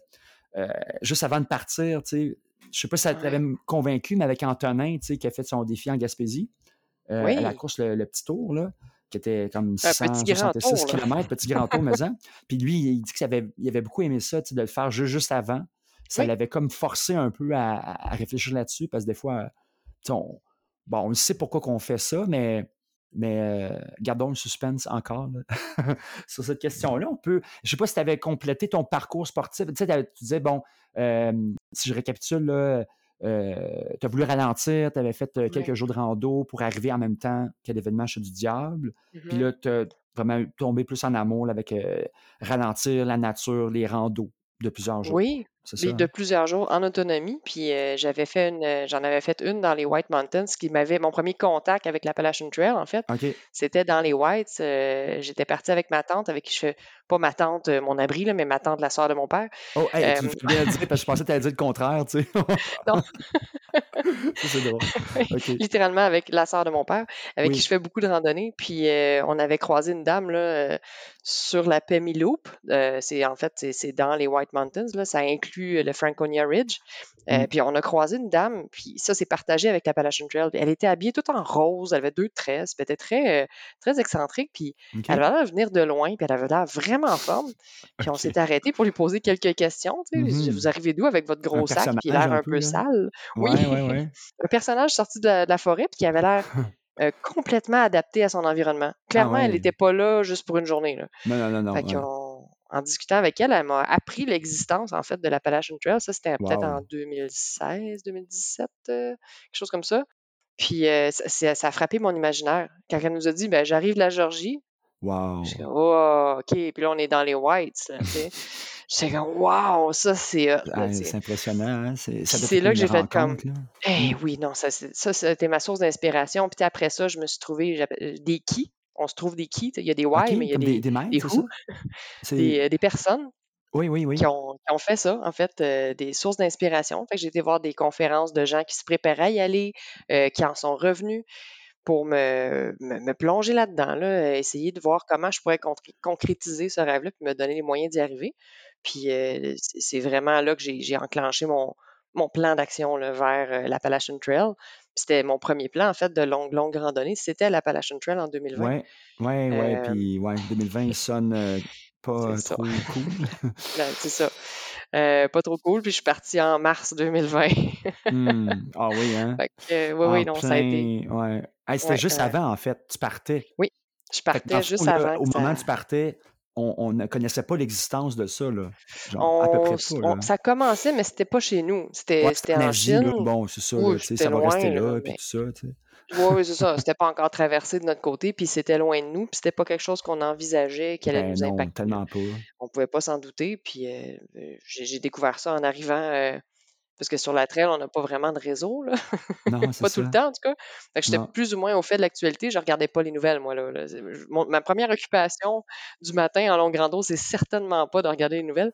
juste avant de partir, tu sais. Je sais pas si ça t'avait Ouais. convaincu, mais avec Antonin, tu sais, qui a fait son défi en Gaspésie, à la Oui, course le petit tour, là, qui était comme un petit grand 166 tour, là. km, petit grand tour, mais hein. Puis lui, il dit qu'il avait beaucoup aimé ça, tu sais, de le faire juste avant. Ça Oui, l'avait comme forcé un peu à réfléchir là-dessus, parce que des fois, tu sais, on sait pourquoi qu'on fait ça, mais gardons le suspense encore là, sur cette question-là. Je sais pas si tu avais complété ton parcours sportif. Tu sais, tu disais, bon, si je récapitule, là, tu as voulu ralentir, tu avais fait ouais. quelques jours de rando pour arriver en même temps qu'à l'événement chez du diable. Puis Mhm. là, tu as vraiment tombé plus en amour là, avec ralentir la nature, les randos de plusieurs jours. Oui, C'est ça, mais de hein? plusieurs jours en autonomie. Puis j'en avais fait une dans les White Mountains, qui m'avait mon premier contact avec l'Appalachian Trail, en fait. OK. C'était dans les Whites. J'étais partie avec ma tante, avec qui je fais, pas ma tante, mon abri, là, mais ma tante, la sœur de mon père. Oh, hey, Euh, tu fais bien le dire parce que je pensais que tu allais dire le contraire, tu sais. non, Ça, c'est drôle. OK. littéralement avec la sœur de mon père, avec qui je Oui. fais beaucoup de randonnées. Puis on avait croisé une dame là, sur la Pemi Loop. C'est dans les White Mountains. Là, ça inclut le Franconia Ridge. Mm. Puis on a croisé une dame, puis ça, c'est partagé avec l'Appalachian Trail. Elle était habillée toute en rose, elle avait 2 tresses, puis elle était très excentrique, puis elle OK. avait l'air de venir de loin, puis elle avait l'air vraiment en forme. Puis on OK. s'est arrêté pour lui poser quelques questions. Tu sais, vous Mhm. arrivez d'où avec votre Un gros sac, puis personnage l'air un un peu, peu là. sale? Oui, Ouais, ouais, ouais. un personnage sorti de la forêt, puis qui avait l'air complètement adapté à son environnement. Ah Clairement, elle ouais. n'était pas là juste pour une journée, là. Non, non, non, Fait non, ouais. en discutant avec elle, elle m'a appris l'existence, en fait, de l'Appalachian Trail. Ça, c'était peut-être en Wow. 2016, 2017, quelque chose comme ça. Puis ça a frappé mon imaginaire. Quand elle nous a dit, ben, j'arrive de la Georgie, je suis Wow. comme, oh, OK. Puis là, on est dans les Whites, là, tu sais. J'étais comme, wow, ça, c'est hot, là, Ah, tu sais. c'est impressionnant, hein? Ça Puis doit c'est être là que une j'ai fait comme, rencontre, là. eh Mm. oui, non, ça, c'était ma source d'inspiration. Puis après ça, je me suis trouvé des qui. On se trouve des qui. Il y a des why, mais il OK, y a comme des des maîtres, c'est who, ça? C'est... des personnes Oui, oui, oui. qui ont fait ça, en fait, des sources d'inspiration. Fait que j'ai été voir des conférences de gens qui se préparaient à y aller, qui en sont revenus pour me plonger là-dedans, là, essayer de voir comment je pourrais concrétiser ce rêve-là, puis me donner les moyens d'y arriver. Puis c'est vraiment là que j'ai enclenché mon plan d'action là, vers l'Appalachian Trail. Puis c'était mon premier plan, en fait, de longue randonnée. C'était l'Appalachian Trail en 2020. Ouais, ouais, ouais. Euh, Puis, ouais, 2020 sonne c'est pas ça. trop cool. C'est ça. Pas trop cool. Puis je suis partie en mars 2020. Ah oui, hein? Fait que, oui, En oui, non, ça a été. plein. Ouais. Hey, c'était Ouais, juste avant, en fait. Tu partais. oui, je Fait que dans partais le fond, juste là, avant au que moment où ça. tu partais, on ne connaissait pas l'existence de ça, là. Genre, à peu près pas, là. Ça commençait, mais c'était pas chez nous. Ouais, C'était c'est en en Asie, là. Chine. Bon, c'est ça, Oui, là. Tu sais, c'était ça va rester loin, là, là, puis mais tout ça, tu sais. oui, oui, c'est ça. C'était pas encore traversé de notre côté, puis c'était loin de nous, puis c'était pas quelque chose qu'on envisageait qui allait Ben nous non, impacter, là. tellement pas. On pouvait pas s'en douter, puis j'ai découvert ça en arrivant, parce que sur la trail, on n'a pas vraiment de réseau, là. Non, c'est Pas tout le ça. temps, en tout cas. Fait que j'étais Non. plus ou moins au fait de l'actualité. Je regardais pas les nouvelles, moi, là. Ma première occupation du matin en longue rando, c'est certainement pas de regarder les nouvelles.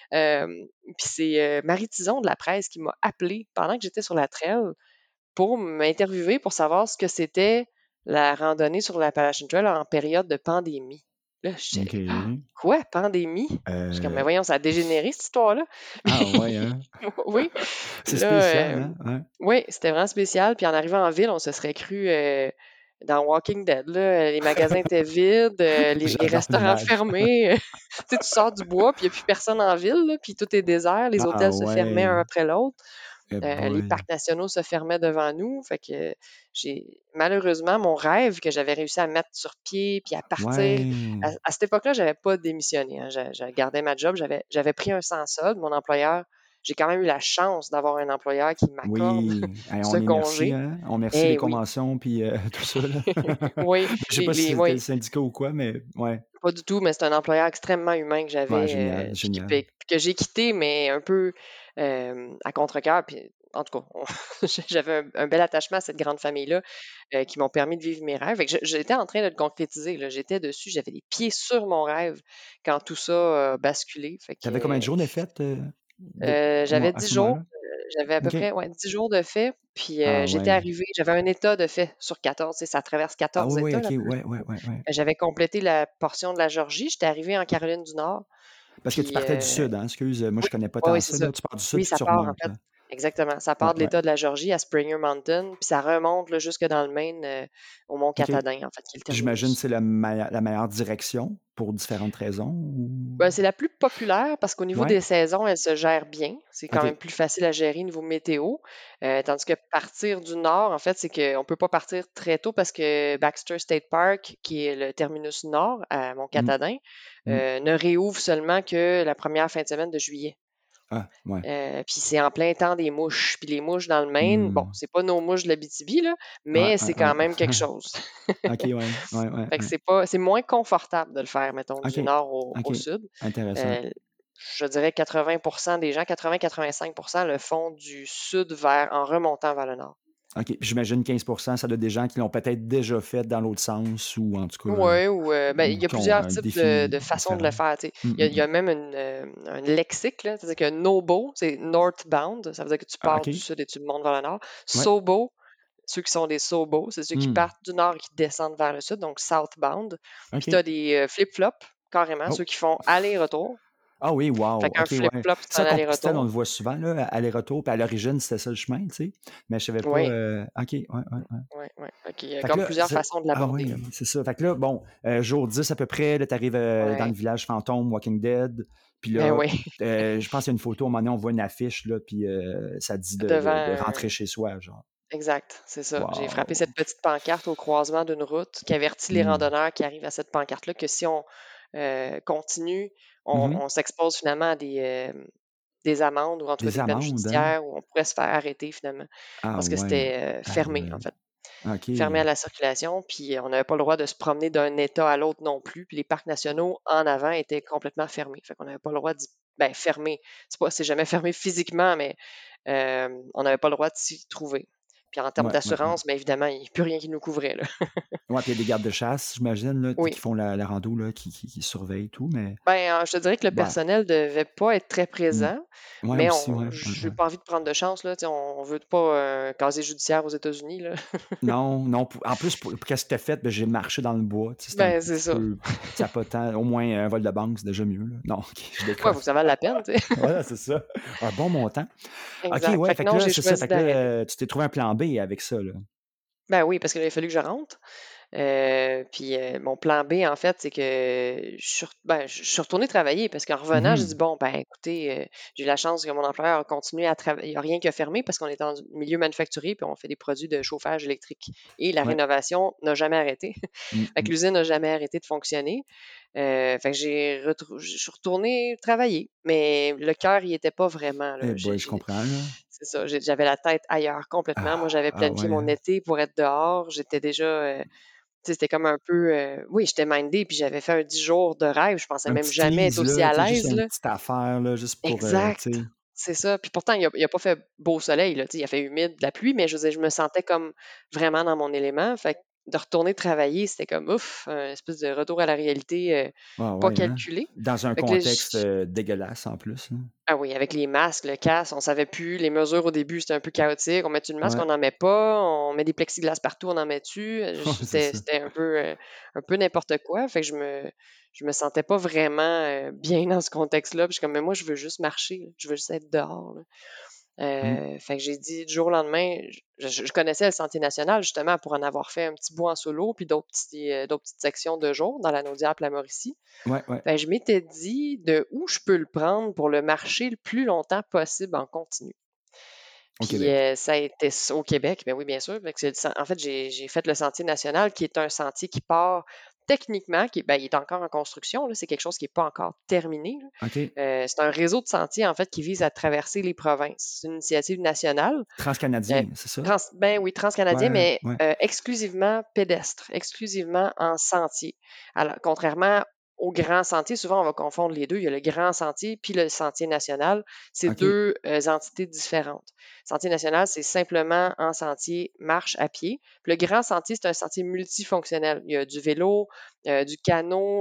Puis c'est Marie Tison de la presse qui m'a appelée pendant que j'étais sur la trail pour m'interviewer pour savoir ce que c'était la randonnée sur l'Appalachian Trail en période de pandémie. Là, j'étais OK. quoi, pandémie? Je suis comme, mais Euh, voyons, ça a dégénéré cette histoire-là. Ah ouais, hein? Oui. Puis C'est là, spécial, hein? Ouais. oui, c'était vraiment spécial. Puis en arrivant en ville, on se serait cru dans Walking Dead, là. Les magasins étaient vides, les J'adore restaurants l'image. fermés. Tu sais, tu sors du bois, puis il n'y a plus personne en ville, là, puis tout est désert. Les Ah hôtels se fermaient un ouais. après l'autre. Eh Les boy. parcs nationaux se fermaient devant nous. Fait que malheureusement, mon rêve que j'avais réussi à mettre sur pied puis à partir, Ouais. à cette époque-là, j'avais pas démissionné, hein. Je gardais ma job. J'avais pris un sans solde. Mon employeur, j'ai quand même eu la chance d'avoir un employeur qui m'accorde Oui. Hey, ce on est merci, congé. hein? On merci les Eh oui, conventions puis tout ça, là. oui, Je sais pas si c'était le oui. syndicat ou quoi, mais ouais. Pas du tout, mais c'est un employeur extrêmement humain que Ouais, j'avais, génial, puis génial. que j'ai quitté, mais un peu, à contre-cœur. Puis en tout cas, j'avais un bel attachement à cette grande famille-là, qui m'ont permis de vivre mes rêves. Fait que j'étais en train de le concrétiser, là. J'étais dessus, j'avais les pieds sur mon rêve quand tout ça a basculé. Fait Tu avais combien de que, jours de fête, de j'avais à 10 ce jours, moment-là? j'avais à peu OK. près, ouais, 10 jours de fait, puis Ah j'étais ouais. arrivée, j'avais un état de fait sur 14, tu sais, ça traverse Ah 14 oui, oui, États, OK. là. Ouais, ouais, ouais, ouais. J'avais complété la portion de la Georgie, j'étais arrivée en Caroline du Nord, Parce que tu puis partais du sud, hein? Excuse, moi je oui, connais pas oui, tant oui, c'est ça, ça. là. Tu pars du sud Oui, puis ça tu part en remontes, fait là. exactement, ça Ouais, part de ouais. l'État de la Georgie à Springer Mountain, puis ça remonte là, jusque dans le Maine, au mont OK. Katahdin, en fait, qui est le J'imagine que terminus. c'est la meilleure direction pour différentes raisons ou Ben, c'est la plus populaire parce qu'au niveau ouais? des saisons, elle se gère bien. C'est quand même OK. plus facile à gérer niveau météo. Tandis que partir du nord, en fait, c'est qu'on ne peut pas partir très tôt parce que Baxter State Park, qui est le terminus nord à Mmh. Mont-Katahdin, Mmh. ne réouvre seulement que la première fin de semaine de juillet. Ah, ouais. Puis c'est en plein temps des mouches. Puis les mouches dans le Maine, bon, Mmh. c'est pas nos mouches de l'Abitibi, là, Ouais, mais ouais, c'est quand ouais. même quelque chose. OK, ouais. Ouais, ouais, Fait que ouais. c'est moins confortable de le faire, mettons, du OK. nord au OK. sud. Intéressant. Euh, je dirais 80% des gens, 80-85% le font du sud en remontant vers le nord. OK. Puis j'imagine 15 ça doit être des gens qui l'ont peut-être déjà fait dans l'autre sens ou en tout cas, Oui, ben, il y a qui ont plusieurs un types défi de façons de le différent. faire, tu sais. Mmh, Il y mmh, a mmh. même un lexique, là, c'est-à-dire que NOBO, c'est northbound, ça veut dire que tu Ah, pars du OK. sud et tu montes vers le nord. Ouais. SOBO, ceux qui sont des SOBO, c'est ceux qui Mmh. partent du nord et qui descendent vers le sud, donc southbound. Puis tu OK. as des flip-flops, carrément, Oh! ceux qui font aller-retour. Ah oui, Fait wow! qu'un OK, ouais. flip-flop, c'est Ça, un à Compostelle, on aller-retour. le voit souvent, là, aller-retour, puis à l'origine, c'était ça le chemin, tu sais? Mais je savais pas, Oui, OK, ouais, ouais, ouais. oui, oui. Fait qu'il y a Fait que comme là, plusieurs façons de ah l'aborder, là. oui, c'est ça. Fait que là, bon, jour 10 à peu près, là, tu arrives, dans Ouais. le village fantôme Walking Dead, puis Ben là, oui, je pense qu'il y a une photo, à un moment donné, on voit une affiche, là, puis ça dit de devant rentrer chez soi, genre. exact, c'est ça. J'ai frappé Wow! cette petite pancarte au croisement d'une route qui avertit les Mmh. randonneurs qui arrivent à cette pancarte-là que si on continue, Mmh. on s'expose finalement à des amendes ou en tout cas Des des peines amendes, hein? judiciaires où on pourrait se faire arrêter finalement Ah parce que ouais. c'était Aïe, fermé en aïe. fait, OK. fermé à la circulation, puis on n'avait pas le droit de se promener d'un État à l'autre non plus, puis les parcs nationaux en avant étaient complètement fermés. Fait qu'on n'avait pas le droit d'y ben fermé, c'est jamais fermé physiquement, mais on n'avait pas le droit de s'y trouver. Puis en termes Ouais, ouais, ouais. d'assurance, bien évidemment, il n'y a plus rien qui nous couvrait, là. Ouais, puis il y a des gardes de chasse, j'imagine, là, tu sais, Oui. qui font la rando, là, qui surveillent tout, mais Ben, je te dirais que le bah, personnel devait pas être très mmh. présent, Ouais, mais aussi, ouais, ouais, j'ai ouais. pas envie de prendre de chance, là, tu sais, on veut pas un casier judiciaire aux États-Unis, là. Non, non, en plus, pour qu'est-ce que tu fait? Ben, j'ai marché dans le bois, tu sais, c'était un Ben, c'est petit ça. peu ça a pas tant au moins un vol de banque, c'est déjà mieux, là. Non, OK, je Ouais, déconne. faut que ça vale la peine, tu sais. Voilà, c'est ça. Un bon montant. OK, Exact. ouais, Fait que fait que non, là, j'ai c'est ça, choisi fait que là, d'arrêter. tu t'es trouvé un plan B avec ça, là. Ben oui, parce qu'il a fallu que je rentre. Puis mon plan B, en fait, c'est que je suis retournée travailler parce qu'en revenant, j'ai dit: Mmh. «Bon, ben, écoutez, j'ai eu la chance que mon employeur a continué à travailler. Il y a rien qui a fermé parce qu'on est dans le milieu manufacturier puis on fait des produits de chauffage électrique et la Ouais. rénovation n'a jamais arrêté. Mmh Fait que mh. l'usine n'a jamais arrêté de fonctionner. Fait que je suis retournée travailler, mais le cœur y était pas vraiment, Eh là. boy, je comprends, là. C'est ça, j'avais la tête ailleurs complètement. Moi, Ah, j'avais ah planifié ouais, mon hein? été pour être dehors. J'étais déjà, tu sais, c'était comme un peu, oui, j'étais mindée, puis j'avais fait un 10 jours de rêve. Je pensais Un même petit jamais être tease, aussi là, à tu sais, juste l'aise, une là. petite affaire, là, juste pour, tu Exact, sais c'est ça. Puis pourtant, il a pas fait beau soleil, là, tu sais, il a fait humide, de la pluie, mais je veux dire, je me sentais comme vraiment dans mon élément. Fait que de retourner travailler, c'était comme ouf, un espèce de retour à la réalité, ah pas ouais, hein? calculé. Dans un Fait que là, contexte, dégueulasse, en plus, hein. ah oui, avec les masques, le casque, on savait plus. Les mesures au début, c'était un peu chaotique. On met-tu le masque, on Ouais, n'en met pas. On met des plexiglas partout, on en met-tu. ouais, c'est ça. C'était un peu n'importe quoi. Fait que je me sentais pas vraiment bien dans ce contexte-là. Puis je suis comme, mais moi, je veux juste marcher, là. Je veux juste être dehors, là. Mmh. Fait que j'ai dit du jour au lendemain, je connaissais le Sentier national justement pour en avoir fait un petit bout en solo, puis d'autres petites sections de jour dans la Naudière et la Mauricie. Ouais, ouais. Ben, je m'étais dit de où je peux le prendre pour le marcher le plus longtemps possible en continu. Au Puis Québec. ça a été au Québec, ben oui, bien sûr. Fait que en fait, j'ai fait le Sentier national, qui est un sentier qui part techniquement, il est encore en construction, là, c'est quelque chose qui n'est pas encore terminé, là. OK. C'est un réseau de sentiers, en fait, qui vise à traverser les provinces. C'est une initiative nationale. Euh, Transcanadien, c'est ça? ben oui, transcanadien, Ouais, mais ouais. exclusivement pédestre, exclusivement en sentier. Alors, contrairement au grand sentier, souvent on va confondre les deux. Il y a le grand sentier puis le sentier national. C'est OK. deux entités différentes. Sentier national, c'est simplement en sentier, marche à pied. Puis le grand sentier, c'est un sentier multifonctionnel. Il y a du vélo, du canot,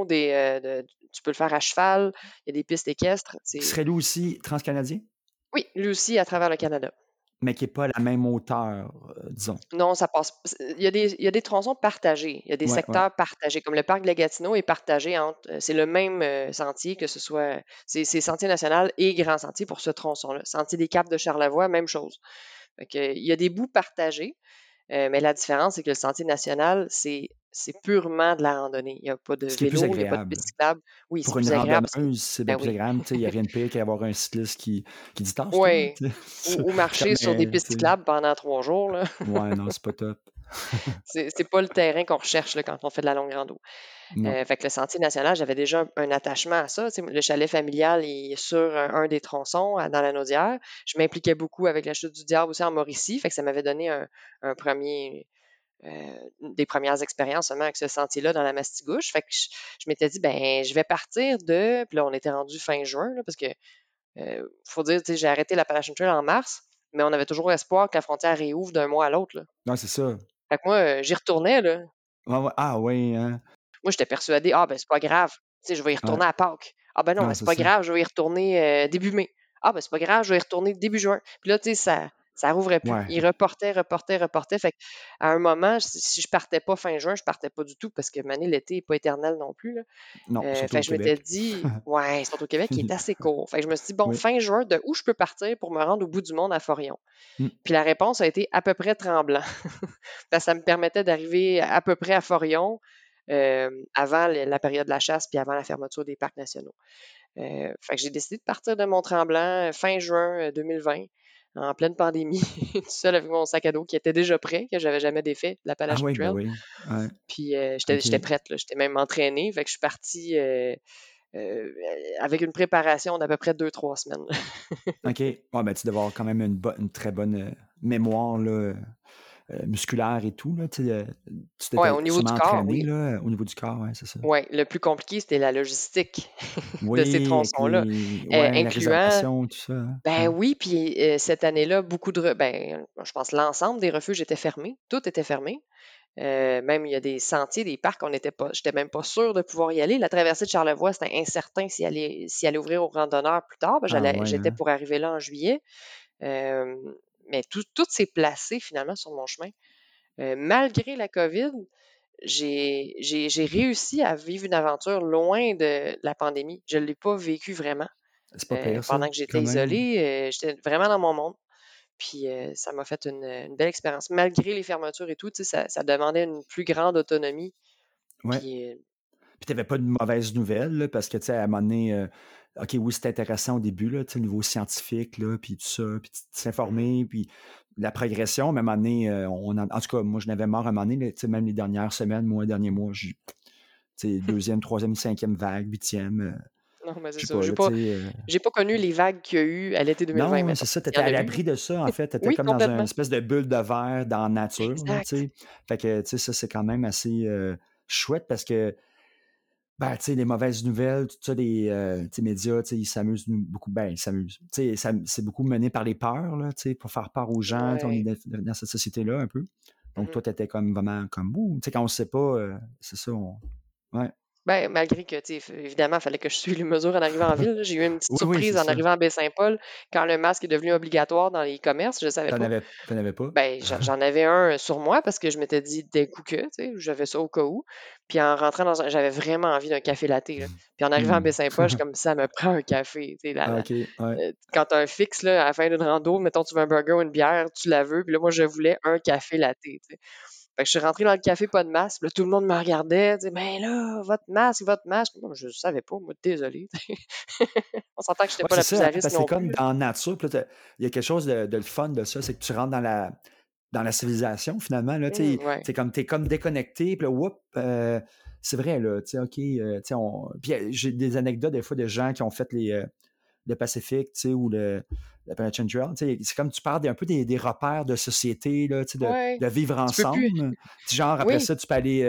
tu peux le faire à cheval, il y a des pistes équestres. Qui serait lui aussi transcanadien, Oui, lui aussi à travers le Canada. mais qui n'est pas à la même hauteur, disons. Non, ça passe. Il y a des tronçons partagés. Il y a des Ouais, ouais. secteurs partagés. Comme le parc de la Gatineau est partagé entre. C'est le même sentier, que ce soit. C'est Sentier national et Grand Sentier pour ce tronçon-là. Sentier des Caps de Charlevoix, même chose. Fait que, il y a des bouts partagés, mais la différence, c'est que le Sentier national, c'est purement de la randonnée. Il n'y a pas de Ce qui est plus vélo, il n'y a pas de agréable. piste cyclable. Oui, c'est Pour une plus agréable. randonneuse, c'est bien Ben plus oui. agréable. Il n'y a rien de pire qu'avoir un cycliste qui dit tasse-toi. Oui. Ou C'est comme, marcher sur des pistes cyclables pendant 3 jours, là. ouais, non, c'est pas top. C'est pas le terrain qu'on recherche là, quand on fait de la longue rando. Non. Fait que le Sentier national, j'avais déjà un attachement à ça. Tu sais, le chalet familial est sur un des tronçons dans la Naudière. Je m'impliquais beaucoup avec la Chute du Diable aussi en Mauricie. Fait que ça m'avait donné un premier, des premières expériences seulement avec ce sentier-là dans la Mastigouche. Fait que je m'étais dit, ben, je vais partir de. Puis là, on était rendu fin juin, là, parce que, faut dire, tu sais, j'ai arrêté l'Appalachian Trail en mars, mais on avait toujours espoir que la frontière réouvre d'un mois à l'autre, là. Non, c'est ça. Fait que moi, j'y retournais, là. Ouais, ouais. Ah, oui, hein. Moi, j'étais persuadée, ah, ben, c'est pas grave. Tu sais, je vais y Ouais. retourner à Pâques. Ah, ben non, Non, ben, c'est c'est pas ça. grave, je vais y retourner début mai. Ah, ben, c'est pas grave, je vais y retourner début juin. Puis là, tu sais, ça rouvrait plus. Ouais. Il reportait, reportait, reportait. Fait à un moment, si je partais pas fin juin, je partais pas du tout parce que Mané, l'été n'est pas éternel non plus, là. Non, surtout Fait au que je m'étais Québec. dit, ouais, surtout au Québec, qui est assez court. Fait que je me suis dit, bon, Oui. fin juin, de où je peux partir pour me rendre au bout du monde à Forion? Mm. Puis la réponse a été à peu près Tremblant. Parce que ça me permettait d'arriver à peu près à Forion avant la période de la chasse puis avant la fermeture des parcs nationaux. Fait que j'ai décidé de partir de Mont-Tremblant fin juin 2020, en pleine pandémie, tout seul avec mon sac à dos qui était déjà prêt, que j'avais jamais défait, Ah l'Appalachian oui, ben Trail. oui. Ouais. Puis OK. j'étais prête, là, j'étais même entraînée. Fait que je suis partie euh, avec une préparation d'à peu près 2-3 semaines. OK. Ouais, ben, tu devais avoir quand même une très bonne mémoire là, musculaire et tout. Là, tu Ouais, t'étais au niveau du sûrement corps, entraîné oui. là, au niveau du corps, ouais, c'est ça. Ouais, le plus compliqué, c'était la logistique de ces Oui, avec tronçons-là, ouais, la incluant. réservation, tout ça. Hein? Ben Ouais. oui, puis cette année-là, je pense l'ensemble des refuges étaient fermés, tout était fermé. Même il y a des sentiers, des parcs, j'étais même pas sûre de pouvoir y aller. La traversée de Charlevoix, c'était incertain si elle allait ouvrir aux randonneurs plus tard. Ah ouais, J'étais hein? pour arriver là en juillet. Euh, mais tout s'est placé finalement sur mon chemin. Malgré la COVID, j'ai réussi à vivre une aventure loin de la pandémie. Je ne l'ai pas vécu vraiment. C'est pas pire, ça, Pendant que j'étais quand même. isolée, j'étais vraiment dans mon monde. Puis ça m'a fait une belle expérience. Malgré les fermetures et tout, tu sais, ça demandait une plus grande autonomie. Ouais. Puis Puis tu n'avais pas de mauvaises nouvelles, là, parce que, tu sais, à un moment donné, OK, oui, c'était intéressant au début, là, tu sais, au niveau scientifique, là, puis tout ça, puis s'informer, puis la progression, mais à un moment donné, en tout cas, moi, je n'avais marre à un moment donné, là, tu sais, même les dernières semaines, derniers mois, tu sais, deuxième, troisième, cinquième vague, huitième, non, mais c'est je sais ça. pas, J'ai là, tu pas, sais. j'ai pas connu les vagues qu'il y a eu à l'été 2020, Non, mettons. c'est ça, tu Il y étais en à a eu, là. l'abri de ça, en fait. Tu étais Oui, comme dans une complètement. espèce de bulle de verre dans la nature, là, tu Exact. sais. Fait que, tu sais, ça, c'est quand même assez chouette parce que, ben, tu sais, les mauvaises nouvelles, tout ça, les tu sais, médias, tu sais, ils s'amusent beaucoup. Ben, ils s'amusent. Tu sais, c'est beaucoup mené par les peurs, là, tu sais, pour faire peur aux gens. Tu sais, on est Ouais. dans cette société-là un peu. Donc, Mhm. toi, tu étais comme vraiment comme, ouh, tu sais, quand on ne sait pas, c'est ça, ouais. Ben, malgré que, tu sais, évidemment, il fallait que je suive les mesures en arrivant en ville, là. J'ai eu une petite Oui, oui, c'est surprise en ça. arrivant à Baie-Saint-Paul quand le masque est devenu obligatoire dans les commerces. Je ne savais pas. T'en avais pas? Ben, j'en avais un sur moi parce que je m'étais dit d'un coup que, tu sais, j'avais ça au cas où. Puis en rentrant j'avais vraiment envie d'un café latte, là. Puis en arrivant à Hmm. Baie-Saint-Paul, je suis comme ça me prend un café, tu sais, Ah, OK, ouais. quand tu as un fixe, là, à la fin d'une rando, mettons, tu veux un burger ou une bière, tu la veux. Puis là, moi, je voulais un café latte, tu sais. Fait que je suis rentrée dans le café, pas de masque. Là, tout le monde me regardait, disait, ben là, votre masque, votre masque. Moi, je savais pas, moi, désolé. On s'entend que je n'étais Ouais, pas c'est la plus ça, à hein, risque parce que c'est non comme plus. dans la nature, puis là, il y a quelque chose de le fun de ça, c'est que tu rentres dans la civilisation, finalement, là, tu Ouais. sais, t'es comme déconnecté, puis là, whoop, c'est vrai, là, tu sais, OK, tu sais, puis j'ai des anecdotes, des fois, de gens qui ont fait le Pacifique, tu sais, ou l'Appalachian Trail, tu sais, c'est comme tu parles un peu des repères de société, là, tu sais, Ouais. de vivre Tu peux plus. ensemble. Tu sais, genre, après Oui, ça, tu peux aller,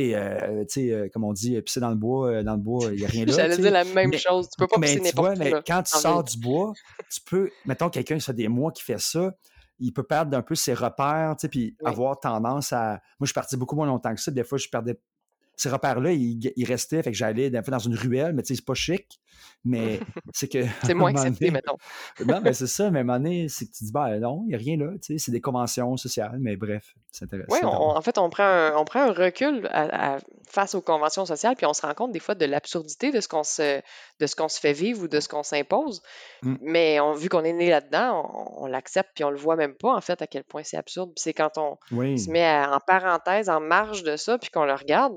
tu sais, comme on dit, pisser dans le bois, il n'y a rien là, j'allais tu dire sais. la même Mais, chose. Tu peux pas mais pisser tu vois, n'importe où, mais là, quand tu en ville. sors du bois, tu peux, mettons, quelqu'un, ça fait des mois qui fait ça, il peut perdre un peu ses repères, tu sais, puis Oui. avoir tendance à. Moi, je suis parti beaucoup moins longtemps que ça. Des fois, je perdais ces repères-là, ils restaient, fait que j'allais des fois dans une ruelle, mais tu sais, c'est pas chic, mais c'est que C'est à un moins moment accepté, donné, mettons. non, mais c'est ça, mais à un moment donné, c'est que tu dis, ben non, il n'y a rien là, tu sais, c'est des conventions sociales, mais bref, Oui, c'est drôle. en fait, on prend un recul face aux conventions sociales, puis on se rend compte des fois de l'absurdité de ce qu'on se fait vivre ou de ce qu'on s'impose. Mm. Mais vu qu'on est né là-dedans, on l'accepte, puis on le voit même pas, en fait, à quel point c'est absurde. Puis c'est quand on se Oui, met en parenthèse, en marge de ça, puis qu'on le regarde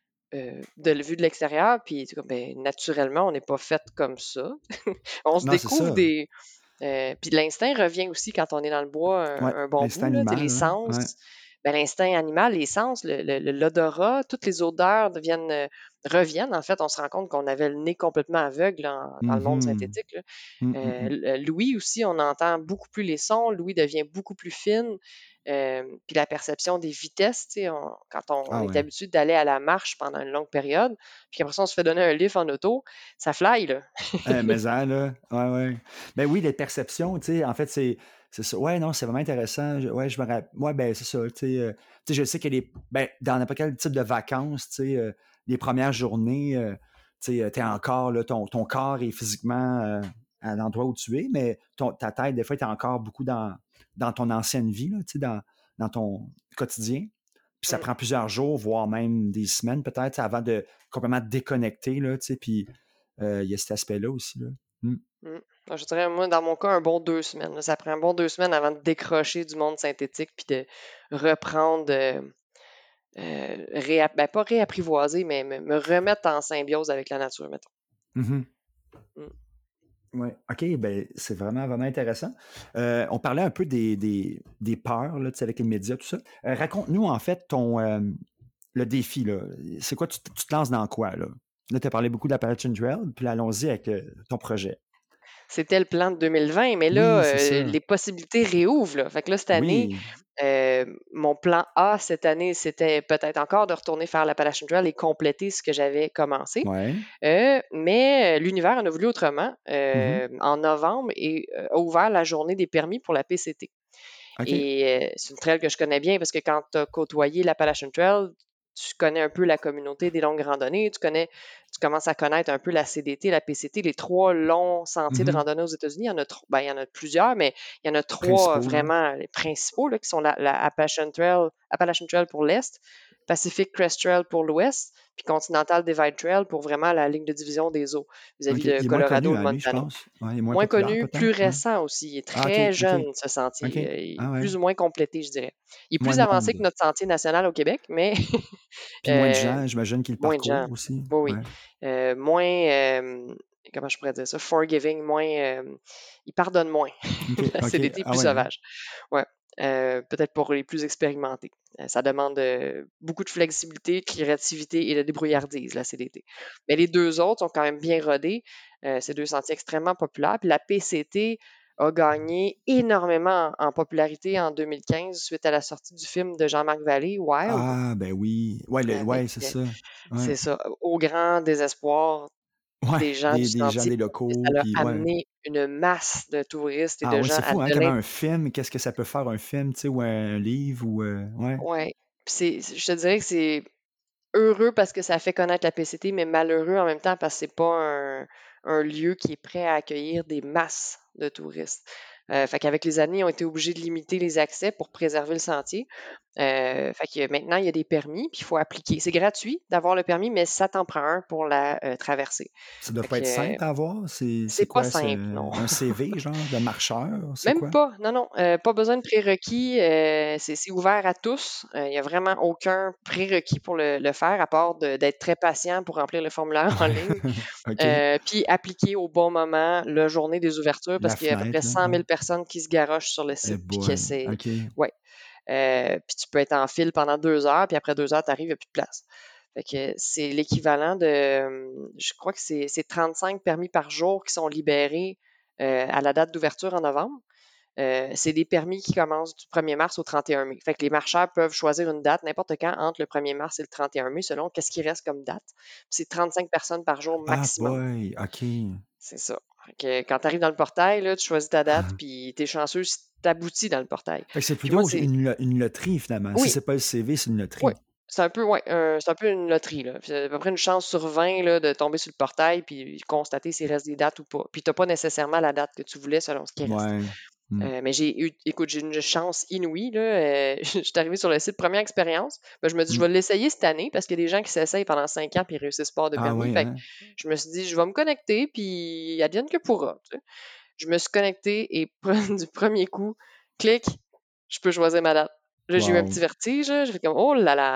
de la vue de l'extérieur, puis c'est comme, ben, naturellement, on n'est pas fait comme ça. On se non, c'est découvre ça. des. Puis l'instinct revient aussi quand on est dans le bois Ouais, un bon l'instinct bout, là, tu sais, les animal, hein, ouais. sens. Ben, l'instinct animal, les sens, l'odorat, toutes les odeurs reviennent. En fait, on se rend compte qu'on avait le nez complètement aveugle dans le monde Mhm. synthétique, là. Mm, mm, mm. L'ouïe aussi, on entend beaucoup plus les sons. L'ouïe devient beaucoup plus fine. Puis la perception des vitesses, tu sais, quand on Ah est ouais. habitué d'aller à la marche pendant une longue période, puis qu'après ça, on se fait donner un lift en auto, ça fly, là. Mais ça, là, ouais, ouais. Ben oui, les perceptions, tu sais, en fait, c'est ça. Ouais, non, c'est vraiment intéressant. Ouais, je me rappelle. Ouais, ben c'est ça, tu sais, je sais que ben, dans n'importe quel type de vacances, tu sais, les premières journées, tu sais, t'es encore, là, ton corps est physiquement à l'endroit où tu es, mais ta tête, des fois, t'es encore beaucoup dans ton ancienne vie, là, tu sais, dans ton quotidien. Puis ça Mm, prend plusieurs jours, voire même des semaines peut-être, avant de complètement te déconnecter, là, tu sais, puis il y a cet aspect-là aussi. Là. Mm. mm. Je dirais, moi, dans mon cas, un bon 2 semaines, là. Ça prend un bon 2 semaines avant de décrocher du monde synthétique puis de reprendre, ben, pas réapprivoiser, mais me remettre en symbiose avec la nature, mettons. Mhm. Mm. Ouais. OK, ben, c'est vraiment, vraiment intéressant. On parlait un peu des peurs là, tu sais, avec les médias, tout ça. Raconte-nous, en fait, le défi. Là. C'est quoi? Tu te lances dans quoi? Là, tu as parlé beaucoup d'Appalachian Trail, puis là, allons-y avec ton projet. C'était le plan de 2020, mais là, Oui, c'est ça. les possibilités réouvrent, là. Fait que là, cette année, Oui. mon plan A cette année, c'était peut-être encore de retourner faire l'Appalachian Trail et compléter ce que j'avais commencé. Ouais. Mais l'univers en a voulu autrement. Mhm. En novembre et a ouvert la journée des permis pour la PCT. OK. Et c'est une trail que je connais bien parce que quand tu as côtoyé l'Appalachian Trail, tu connais un peu la communauté des longues randonnées, tu commences à connaître un peu la CDT, la PCT, les 3 longs sentiers de Mhm. randonnée aux États-Unis. Il y en a plusieurs, mais il y en a 3 Principaux, là. vraiment les principaux là, qui sont la Appalachian Trail pour l'Est, Pacific Crest Trail pour l'Ouest, puis Continental Divide Trail pour vraiment la ligne de division des eaux vis-à-vis OK. de Il est moins connu, Colorado, le hein, lui, je Montana. pense. Ouais, il est moins Moins populaire, connu, plus peut-être. Ouais. récent aussi. Il est Ah, OK, très OK. jeune, ce OK. sentier. Il est Ah ouais. plus ou moins complété, je dirais. Il est Moins plus de avancé que monde. notre sentier national au Québec, mais Puis moins de euh, gens, j'imagine, qui le moins de gens. parcourent aussi. Oui, oui. Ouais. Moins, comment je pourrais dire ça? Forgiving, moins. Il pardonne moins. OK, La OK. CDT est Ah plus ouais, hein? sauvage. Ouais. Peut-être pour les plus expérimentés. Ça demande beaucoup de flexibilité, de créativité et de débrouillardise, la CDT. Mais les deux autres sont quand même bien rodés. C'est deux sentiers extrêmement populaires. Puis la PCT a gagné énormément en popularité en 2015 suite à la sortie du film de Jean-Marc Vallée, Wild, Ah, ben oui. Ouais, avec, ouais, c'est ça. Ouais. c'est ça, au grand désespoir Ouais, des gens du des gens, sentier, des parce que ça locaux, leur puis a ouais. amené une masse de touristes et Ah de ouais, gens c'est à fou, hein, de comme l'in un film, qu'est-ce que ça peut faire un film, tu sais, ou un livre, ou ouais. ouais. Puis je te dirais que c'est heureux parce que ça fait connaître la PCT, mais malheureux en même temps parce que c'est pas un lieu qui est prêt à accueillir des masses de touristes. Fait qu'avec les années, ils ont été obligés de limiter les accès pour préserver le sentier. Fait que maintenant, il y a des permis, puis il faut appliquer. C'est gratuit d'avoir le permis, mais ça t'en prend un pour la traversée. Ça doit Fait pas être que simple à avoir. C'est c'est pas quoi? C'est simple, non. un CV, genre, de marcheur? C'est Même quoi? pas, non, non, pas besoin de prérequis, c'est ouvert à tous. Il y a vraiment aucun prérequis pour le faire, à part d'être très patient pour remplir le formulaire en ligne, OK. puis appliquer au bon moment la journée des ouvertures parce La qu'il y a à peu près fenêtre, là, 100 ouais. 000 personnes qui se garochent sur le Eh site puis qui boy, essaient OK. ouais, puis tu peux être en file pendant 2 heures, puis après 2 heures, tu arrives, il y a plus de place. Fait que c'est l'équivalent de, je crois que c'est 35 permis par jour qui sont libérés, à la date d'ouverture en novembre. C'est des permis qui commencent du 1er mars au 31 mai. Fait que les marcheurs peuvent choisir une date n'importe quand entre le 1er mars et le 31 mai selon qu'est-ce qui reste comme date. C'est 35 personnes par jour Ah maximum. boy, OK. C'est ça. Fait que quand tu arrives dans le portail, là, tu choisis ta date, puis tu es chanceux si tu aboutis dans le portail. Fait que c'est Puis moi, plutôt c'est une loterie, finalement. Si oui, c'est pas le CV, c'est une oui. loterie. C'est un peu, ouais, c'est un peu une loterie, là. Puis c'est à peu près une chance sur 20 là, de tomber sur le portail puis constater s'il reste des dates ou pas. Puis tu pas nécessairement la date que tu voulais selon ce qui reste. Ouais. Mmh. Mais écoute, j'ai une chance inouïe, là. Je suis arrivée sur le site, première expérience. Ben, je me dis, je Mmh. vais l'essayer cette année parce qu'il y a des gens qui s'essayent pendant 5 ans puis ils réussissent pas à avoir de Ah permis. oui, Fait que hein? je me suis dit, je vais me connecter puis advienne que pourra. Tu sais. Je me suis connectée et du premier coup, clic, je peux choisir ma date. Là, j'ai eu un petit Wow. vertige. J'ai fait comme, oh là là,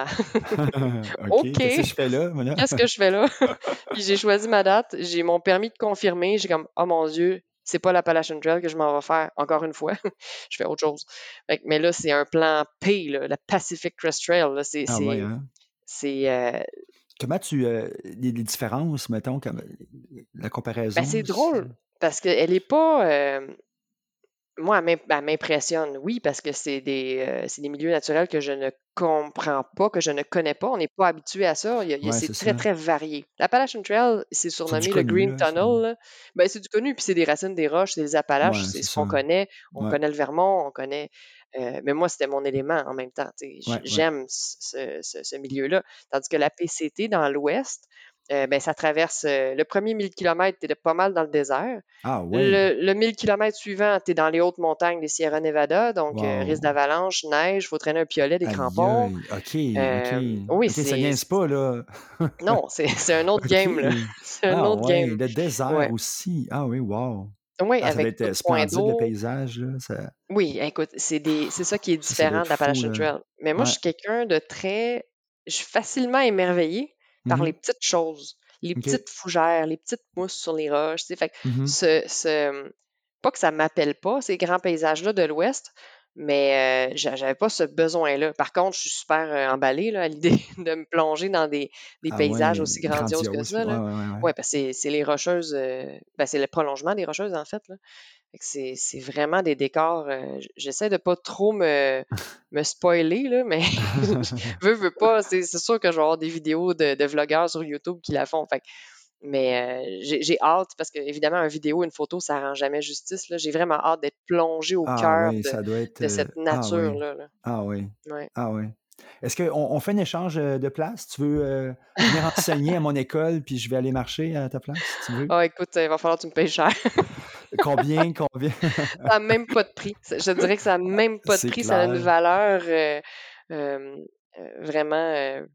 OK, OK, qu'est-ce que je fais là, voilà? qu'est-ce que je fais là? Puis j'ai choisi ma date, j'ai mon permis de confirmer, j'ai comme, oh mon Dieu, c'est pas l'Appalachian Trail que je m'en vais faire encore une fois. Je fais autre chose. Mais là, c'est un plan P, là, la Pacific Crest Trail. Là, Ah ouais, hein? c'est, Comment les différences, mettons, comme la ben, comparaison? c'est drôle parce qu'elle est pas, moi, elle m'impressionne, oui, parce que c'est des milieux naturels que je ne comprends pas, que je ne connais pas. On n'est pas habitué à ça. Ouais, c'est C'est très, ça. très varié. L'Appalachian Trail, c'est C'est du surnommé le connu, Green là. Tunnel. Là. Ben, c'est du connu, puis c'est des racines des roches, c'est des Appalaches, Ouais, c'est c'est ce ça. qu'on connaît. On Ouais, connaît le Vermont, on connaît. Mais moi, c'était mon élément en même temps. Tu sais. ouais, ouais. J'aime ce milieu-là. Tandis que la PCT dans l'ouest, ben, ça traverse le premier 1000 km, tu es pas mal dans le désert. Ah ouais! Le 1000 km suivant, tu es dans les hautes montagnes des Sierra Nevada, donc risque Wow! d'avalanche, neige, faut traîner un piolet, des Aïe crampons. aïe! OK, OK. Oui, OK, ça niaise pas, là. non, c'est un autre OK. game, là. C'est un Ah autre ouais, game. le désert Ouais. aussi. Ah oui, wow! Oui, Ah, ça doit avec pas être de point splendide, le d'eau. paysage, là. Oui, écoute, c'est ça qui est Ça doit différent être de fou, l'Appalachian là. Trail. Mais moi, je Ouais. suis quelqu'un de très. Je suis facilement émerveillée par les Mhm. petites choses, les OK. petites fougères, les petites mousses sur les roches. Tu sais. Fait que Mhm. pas que ça m'appelle pas, ces grands paysages-là de l'Ouest, mais j'avais pas ce besoin-là. Par contre, je suis super emballée là, à l'idée de me plonger dans des Ah paysages ouais, aussi grandioses que grandiose. ça. Ouais, Là. ouais, ouais, ouais. Ouais, parce que c'est les rocheuses, ben, c'est le prolongement des rocheuses, en fait. Là. Fait que c'est vraiment des décors. J'essaie de pas trop me spoiler, là, mais veux pas, c'est sûr que je vais avoir des vidéos de vlogueurs sur YouTube qui la font. Fait que mais j'ai hâte parce qu'évidemment, une vidéo, une photo, ça rend jamais justice, là. J'ai vraiment hâte d'être plongée au Ah cœur ouais, ça doit être. de cette Ah ouais. nature-là, là. Ah ouais. Ouais. Ah ouais. Est-ce qu'on fait un échange de place? Tu veux venir enseigner à mon école, puis je vais aller marcher à ta place? Tu veux? Ah écoute, il va falloir que tu me payes cher. Combien? Combien? Ça a même pas de prix. Je te dirais que ça a même pas de C'est prix. Ça a une clair. valeur, hem, vraiment,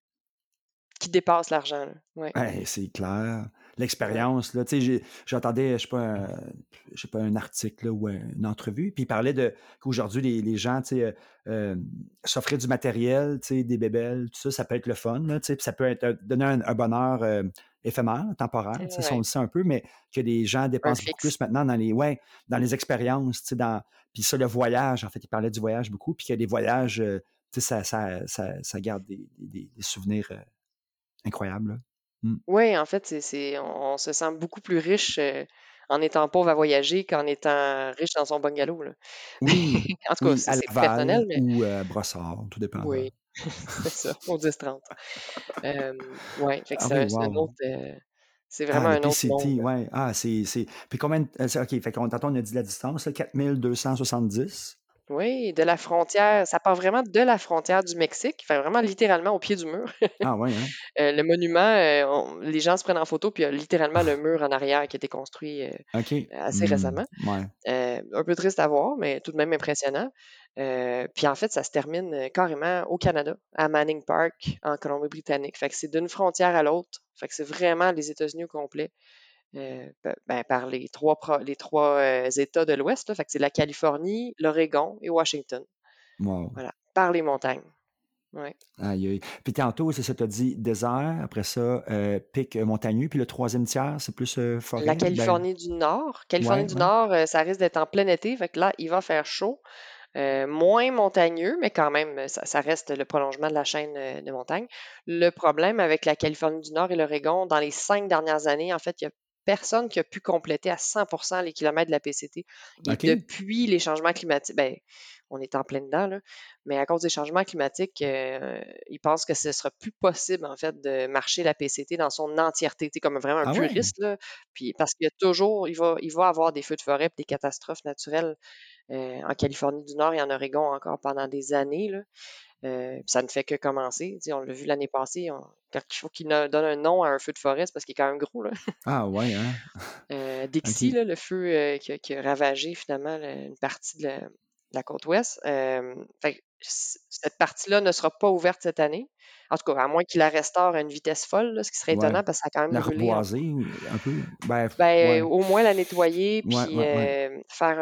qui dépasse l'argent, là. Ouais. Ouais, c'est clair. Ouais. L'expérience, là, tu sais, j'entendais, je sais pas, un article là, ou une entrevue, puis il parlait qu'aujourd'hui, les gens, tu sais, s'offrir du matériel, tu sais, des bébelles, tout ça, ça peut être le fun, là, tu sais, puis ça peut être, donner un bonheur éphémère, temporaire, tu sais, si on Ouais. le sait un peu, mais que les gens Un dépensent beaucoup fixe. plus maintenant dans les expériences, tu sais, puis ça, le voyage, en fait, il parlait du voyage beaucoup, puis que les voyages, tu sais, ça garde des souvenirs incroyables, là. Mm. Ouais, en fait, on se sent beaucoup plus riche, en étant pauvre à voyager qu'en étant riche dans son bungalow, là. Oui, En tout cas, oui, à c'est personnel, Laval mais ou à Brossard, tout dépendant. oui, c'est ça, au 10-30. Ouais, fait que Ah oui, c'est un wow! autre, c'est Ah, vraiment le un autre monde, PCT, là. ouais. Ah, c'est puis combien OK, fait qu'on tantôt on a dit la distance, là, 4270. Oui, de la frontière. Ça part vraiment de la frontière du Mexique, fait vraiment littéralement au pied du mur. Ah ouais, hein? Le monument, les gens se prennent en photo, puis il y a littéralement le mur en arrière qui a été construit OK. assez récemment. Ouais. Un peu triste à voir, mais tout de même impressionnant. Puis en fait, ça se termine carrément au Canada, à Manning Park, en Colombie-Britannique. Fait que c'est d'une frontière à l'autre. Fait que c'est vraiment les États-Unis au complet. Par les trois États de l'Ouest, là. Fait que c'est la Californie, l'Oregon et Washington. Wow. Voilà, par les montagnes. Ouais. Aïe, aïe. Puis tantôt, c'est ça, tu as dit désert, après ça, pic montagneux, puis le troisième tiers, c'est plus La forêt? Californie du Nord. Californie Ouais, du ouais. Nord, ça risque d'être en plein été. Fait que là, il va faire chaud. Moins montagneux, mais quand même, ça reste le prolongement de la chaîne de montagnes. Le problème avec la Californie du Nord et l'Oregon, dans les 5 dernières années, en fait, il y a personne qui a pu compléter à 100% les kilomètres de la PCT. Et OK. depuis les changements climatiques, ben, on est en plein dedans, là, mais à cause des changements climatiques, ils pensent que ce ne sera plus possible, en fait, de marcher la PCT dans son entièreté, tu sais, comme vraiment un Ah ouais? puriste, là, puis parce qu'il y a toujours, il va avoir des feux de forêt et des catastrophes naturelles en Californie du Nord et en Oregon encore pendant des années, là. Puis ça ne fait que commencer. Tu sais, on l'a vu l'année passée, quand il faut qu'il donne un nom à un feu de forêt, c'est parce qu'il est quand même gros, là. Ah ouais, hein? Dixie, OK. là, le feu qui a ravagé finalement une partie de la côte ouest. Fait que cette partie-là ne sera pas ouverte cette année. En tout cas, à moins qu'il la restaure à une vitesse folle, là, ce qui serait Ouais. étonnant parce que ça a quand même La brûlé reboiser un peu? Ben, ben, ouais. au moins la nettoyer, Ouais, puis ouais, ouais. faire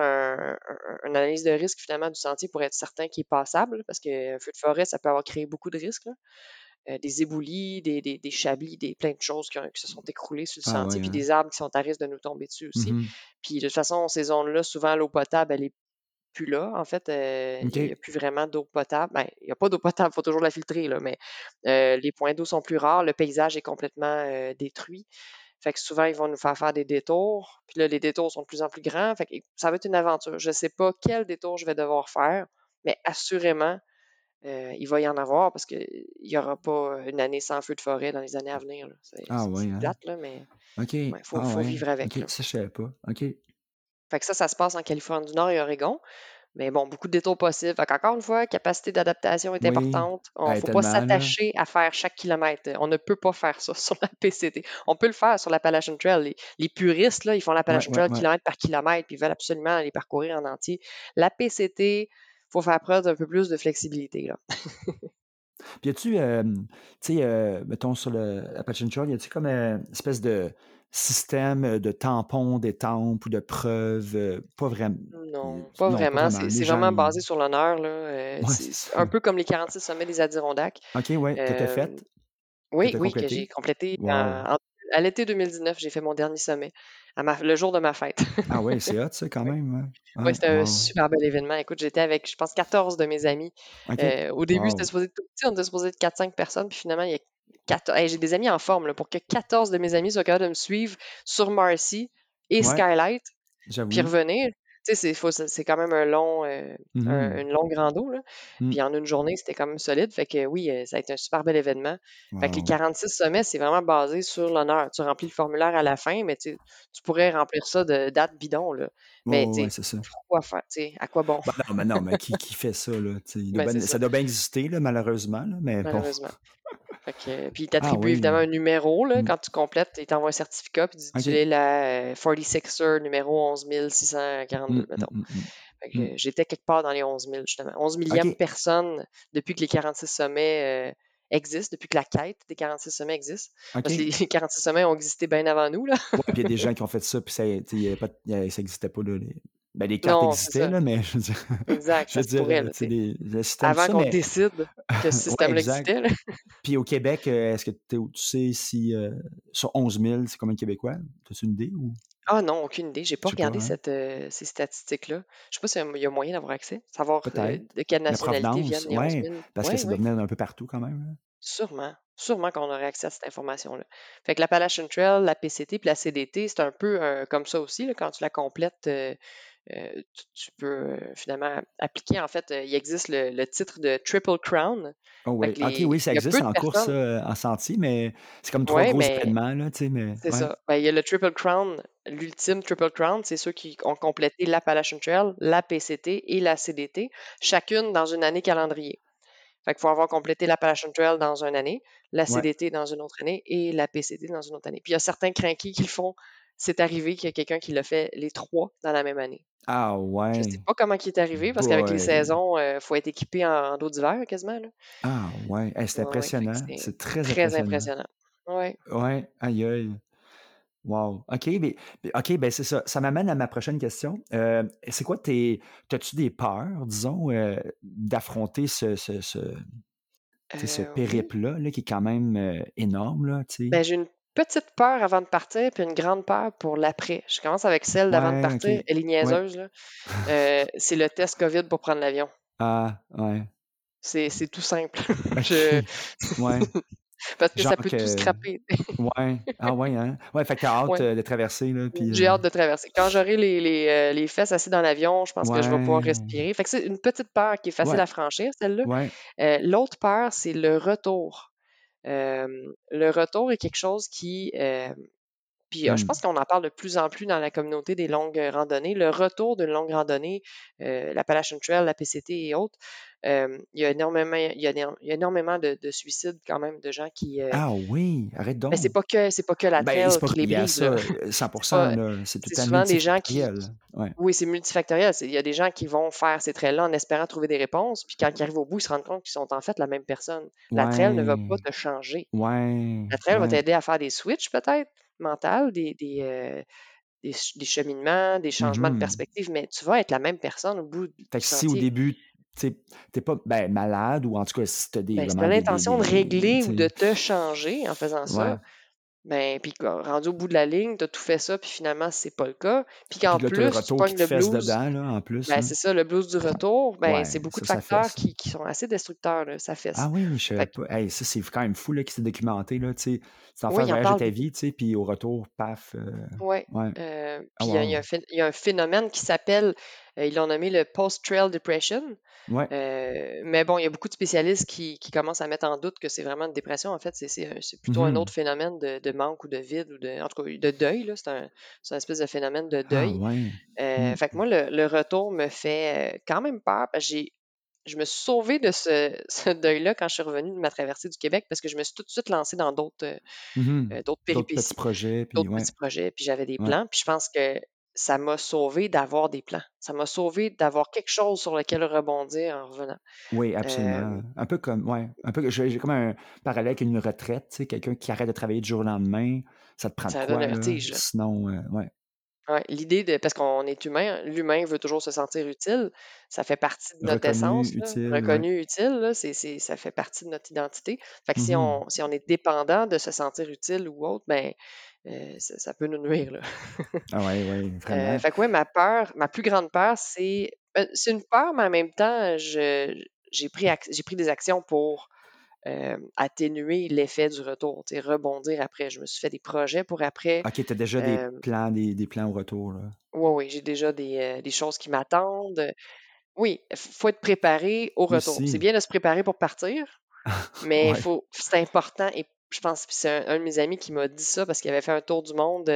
une analyse de risque finalement du sentier pour être certain qu'il est passable, parce qu'un feu de forêt, ça peut avoir créé beaucoup de risques, là. Des éboulis, des chablis, plein de choses qui se sont écroulées sur le Ah sentier, ouais, puis hein? des arbres qui sont à risque de nous tomber dessus aussi. Mhm. Puis de toute façon, ces zones-là, souvent l'eau potable, elle est plus là. En fait, il y a OK. plus vraiment d'eau potable. Ben, il y a pas d'eau potable, il faut toujours la filtrer, là, mais les points d'eau sont plus rares, le paysage est complètement détruit. Fait que souvent, ils vont nous faire des détours. Puis là, les détours sont de plus en plus grands. Fait que ça va être une aventure. Je ne sais pas quel détour je vais devoir faire, mais assurément, il va y en avoir parce qu'il n'y aura pas une année sans feu de forêt dans les années à venir, là. Ah ouais, C'est hein? plate, là, mais OK. ouais, Ah faut ouais. vivre avec, OK, là. ça, je savais pas. OK. Fait que ça se passe en Californie du Nord et Oregon. Mais bon, beaucoup de détours possibles. Fait qu'encore une fois, capacité d'adaptation est Oui. importante. Il ne faut pas Tellement, là. s'attacher à faire chaque kilomètre. On ne peut pas faire ça sur la PCT. On peut le faire sur l'Appalachian Trail. Les puristes, là, ils font Ouais, l'Appalachian ouais, Trail ouais. kilomètre par kilomètre, puis ils veulent absolument aller parcourir en entier. La PCT, il faut faire preuve d'un peu plus de flexibilité, là. Puis y a-tu, tu sais, mettons sur le Appalachian Trail, y a-tu comme une espèce de système de tampons, d'étampes ou de preuves? Pas vraiment. Non, pas Non, pas vraiment. vraiment. C'est Les gens, vraiment ils. basé sur l'honneur, là. Ouais, C'est c'est un ça. peu comme les 46 sommets des Adirondacks. OK, ouais, que t'as Euh, fait, que oui, t'as oui, que j'ai complété. complété Wow. à l'été 2019, j'ai fait mon dernier sommet, le jour de ma fête. Ah ouais, c'est hot, ça, quand Oui, même. Ouais, oui, ouais, c'était un wow. super bel événement. Écoute, j'étais avec, je pense, 14 de mes amis. OK. Au début, c'était Wow. supposé être tout petit, on était supposé être 4-5 personnes, puis finalement, il y a 14. Hey, j'ai des amis en forme, là, pour que 14 de mes amis soient capables de me suivre sur Marcy et Ouais, Skylight. Puis j'avoue. revenir, tu sais, c'est quand même Mhm. une longue rando, là. Mm. Puis en une journée, c'était quand même solide. Fait que oui, ça a été un super bel événement. Fait que les Wow. 46 sommets, c'est vraiment basé sur l'honneur. Tu remplis le formulaire à la fin, mais tu pourrais remplir ça de dates bidons, là. Ouais, Mais ouais, tu ouais, sais, c'est ça. pourquoi faire? Tu sais, à quoi bon? Bah non, mais qui fait ça, là? Tu sais, Ben, c'est ça ça, doit bien exister, là, malheureusement, là, mais bon. malheureusement. Fait que, puis ils Ah t'attribuent oui. évidemment un numéro, là, Mm. quand tu complètes, ils t'envoient un certificat, puis tu OK. es la 46er numéro 11 642, Mm, mm, mettons. mm, mm. Fait Mm. que j'étais quelque part dans les 11 000, justement. 11 millième OK. personne depuis que les 46 sommets existent, depuis que la quête des 46 sommets existe. Parce que OK. les 46 sommets ont existé bien avant nous, là. Ouais, puis il y a des gens qui ont fait ça, puis ça, tu sais, il y avait pas ça existait pas, là. Ben, les cartes Non, c'est existaient, ça. là, mais je veux dire, Exact, je ça veux se dire, pourrait, là, tu tu sais, sais. le système, tout Avant ça, qu'on mais décide que ce ouais, système-là exact. existait, là. Puis au Québec, est-ce que tu sais si, sur 11 000, c'est combien de Québécois? As-tu une idée ou? Ah non, aucune idée. J'ai pas Je sais pas, regardé hein? ces statistiques-là. Je sais pas s'il y a moyen d'avoir accès, savoir Peut-être. de quelle La nationalité provenance, viennent les 11 ouais, 000. parce que Oui, ça doit oui. venir d'un peu partout quand même, là. Sûrement. Sûrement qu'on aurait accès à cette information-là. Fait que l'Appalachian Trail, la PCT puis la CDT, c'est un peu comme ça aussi, là, quand tu la complètes, tu peux finalement appliquer. En fait, il existe le titre de Triple Crown. Oh Fait oui. que OK, oui, ça il y a peu existe de en course, personnes. ça, en sentier, mais c'est comme 3 Oui, gros mais événements, là, tu sais, mais c'est ouais. ça. Ben, il y a le Triple Crown l'ultime Triple Crown, c'est ceux qui ont complété l'Appalachian Trail, la PCT et la CDT, chacune dans une année calendrier. Fait qu'il faut avoir complété l'Appalachian Trail dans une année, la Ouais. CDT dans une autre année et la PCT dans une autre année. Puis il y a certains crinqués qui le font. C'est arrivé qu'il y a quelqu'un qui l'a fait les 3 dans la même année. Ah Je sais ouais. pas comment il est arrivé parce qu'avec les Boy. saisons, faut être équipé en dos d'hiver quasiment, là. Ah ouais. Hey, c'est Ouais, fait que impressionnant. c'est C'est très très impressionnant. impressionnant. Ouais. Ouais. Aïe aïe. Wow. OK, ben c'est ça. Ça m'amène à ma prochaine question. C'est quoi t'as-tu des peurs, disons, d'affronter ce Oui. périple-là, là, qui est quand même énorme, là, tu sais? Ben, j'ai une petite peur avant de partir, puis une grande peur pour l'après. Je commence avec celle d'avant de Ouais, OK. partir. Elle est Ouais. niaiseuse, là. C'est le test COVID pour prendre l'avion. Ah, ouais. C'est tout simple. Je OK. Ouais. parce que ça Genre peut tout que. scraper. Ouais. Ah, ouais, hein? Ouais, fait que t'as hâte Ouais, de traverser, là, puis. j'ai hâte de traverser. Quand j'aurai les fesses assis dans l'avion, je pense que je vais pouvoir Ouais. respirer. Fait que c'est une petite peur qui est facile Ouais. à franchir, celle-là. Ouais. L'autre peur, c'est le retour. Le retour est quelque chose qui, puis je pense Hmm. qu'on en parle de plus en plus dans la communauté des longues randonnées. Le retour d'une longue randonnée, l'Appalachian Trail, la PCT et autres, il y a énormément, il y a énormément de suicides quand même, de gens qui... Ah oui, arrête ben, donc. c'est pas que la Ben, c'est trail pas qui les il y a brise, là. ça, C'est 100%, pas, là. C'est tout c'est à souvent des gens multifactoriel. Ouais. oui, c'est multifactoriel. Il y a des gens qui vont faire ces trails-là en espérant trouver des réponses, puis quand ils arrivent au bout, ils se rendent compte qu'ils sont en fait la même personne. La trail ne va pas Ouais. te changer. Ouais. La trail va Ouais. t'aider à faire des switches peut-être mentales, des cheminements, des changements de Mhm. perspective, mais tu vas être la même personne au bout du Fait que si au sentier. début, tu t'es pas ben, malade ou en tout cas si t'as des Ben, si tu as vraiment l'intention de régler ou tu de sais, te changer en faisant ouais. ça, ben, puis rendu au bout de la ligne, tu as tout fait ça, puis finalement, c'est pas le cas. Puis Puis qu'en là, t'as le plus, tu retour qui pognes te le fesse blues, dedans, là, en plus, ben, là. c'est ça, le blues du retour, ben, c'est Ouais, beaucoup de ça facteurs fesse. qui sont assez destructeurs, là, ça Ah fesse. oui, je savais Fait que, pas. Hey, ça, c'est quand même fou, là, qui s'est documenté, là, tu sais. Tu en fais oui, un il en voyage de parle ta beaucoup. vie, tu sais, puis au retour, paf. Ouais. Ouais. Ah, Puis wow. il y a un phénomène qui s'appelle, ils l'ont nommé le post-trail depression. Ouais. Mais bon, il y a beaucoup de spécialistes qui commencent à mettre en doute que c'est vraiment une dépression. En fait, c'est plutôt un autre Mhm. phénomène de manque ou de vide ou en tout cas, de deuil, là. C'est un espèce de phénomène de Ah, deuil. ouais. Hmm. Fait que moi, le retour me fait quand même peur parce que je me suis sauvée de ce deuil-là quand je suis revenue de ma traversée du Québec parce que je me suis tout de suite lancée dans Mhm. d'autres D'autres petits péripéties, projets, puis d'autres ouais. petits projets, puis j'avais des Ouais. plans. Puis je pense que ça m'a sauvée d'avoir des plans. Ça m'a sauvée d'avoir quelque chose sur lequel rebondir en revenant. Oui, Euh, absolument. Un peu comme, ouais, un peu, j'ai comme un parallèle avec une retraite, tu sais, quelqu'un qui arrête de travailler du jour au lendemain, ça te prend de Ça donne quoi, le là? vertige, là. Sinon, ouais. Ouais, l'idée de parce qu'on est humain, l'humain veut toujours se sentir utile, ça fait partie de notre Reconnu, essence, là, utile, ouais. reconnu, utile, là, ça fait partie de notre identité. Fait que Mhm. si on est dépendant de se sentir utile ou autre, ben, ça peut nous nuire, là. Ah ouais, ouais, vraiment. Fait que ouais, ma plus grande peur, c'est une peur, mais en même temps, j'ai pris des actions pour, atténuer l'effet du retour, tu sais, rebondir après. Je me suis fait des projets pour après. OK, tu as déjà Hem, des plans au retour, là. oui, oui, j'ai déjà des choses qui m'attendent. Oui, faut être préparé au retour. C'est Aussi. bien de se préparer pour partir, mais Ouais. c'est important et je pense que c'est un de mes amis qui m'a dit ça parce qu'il avait fait un tour du monde,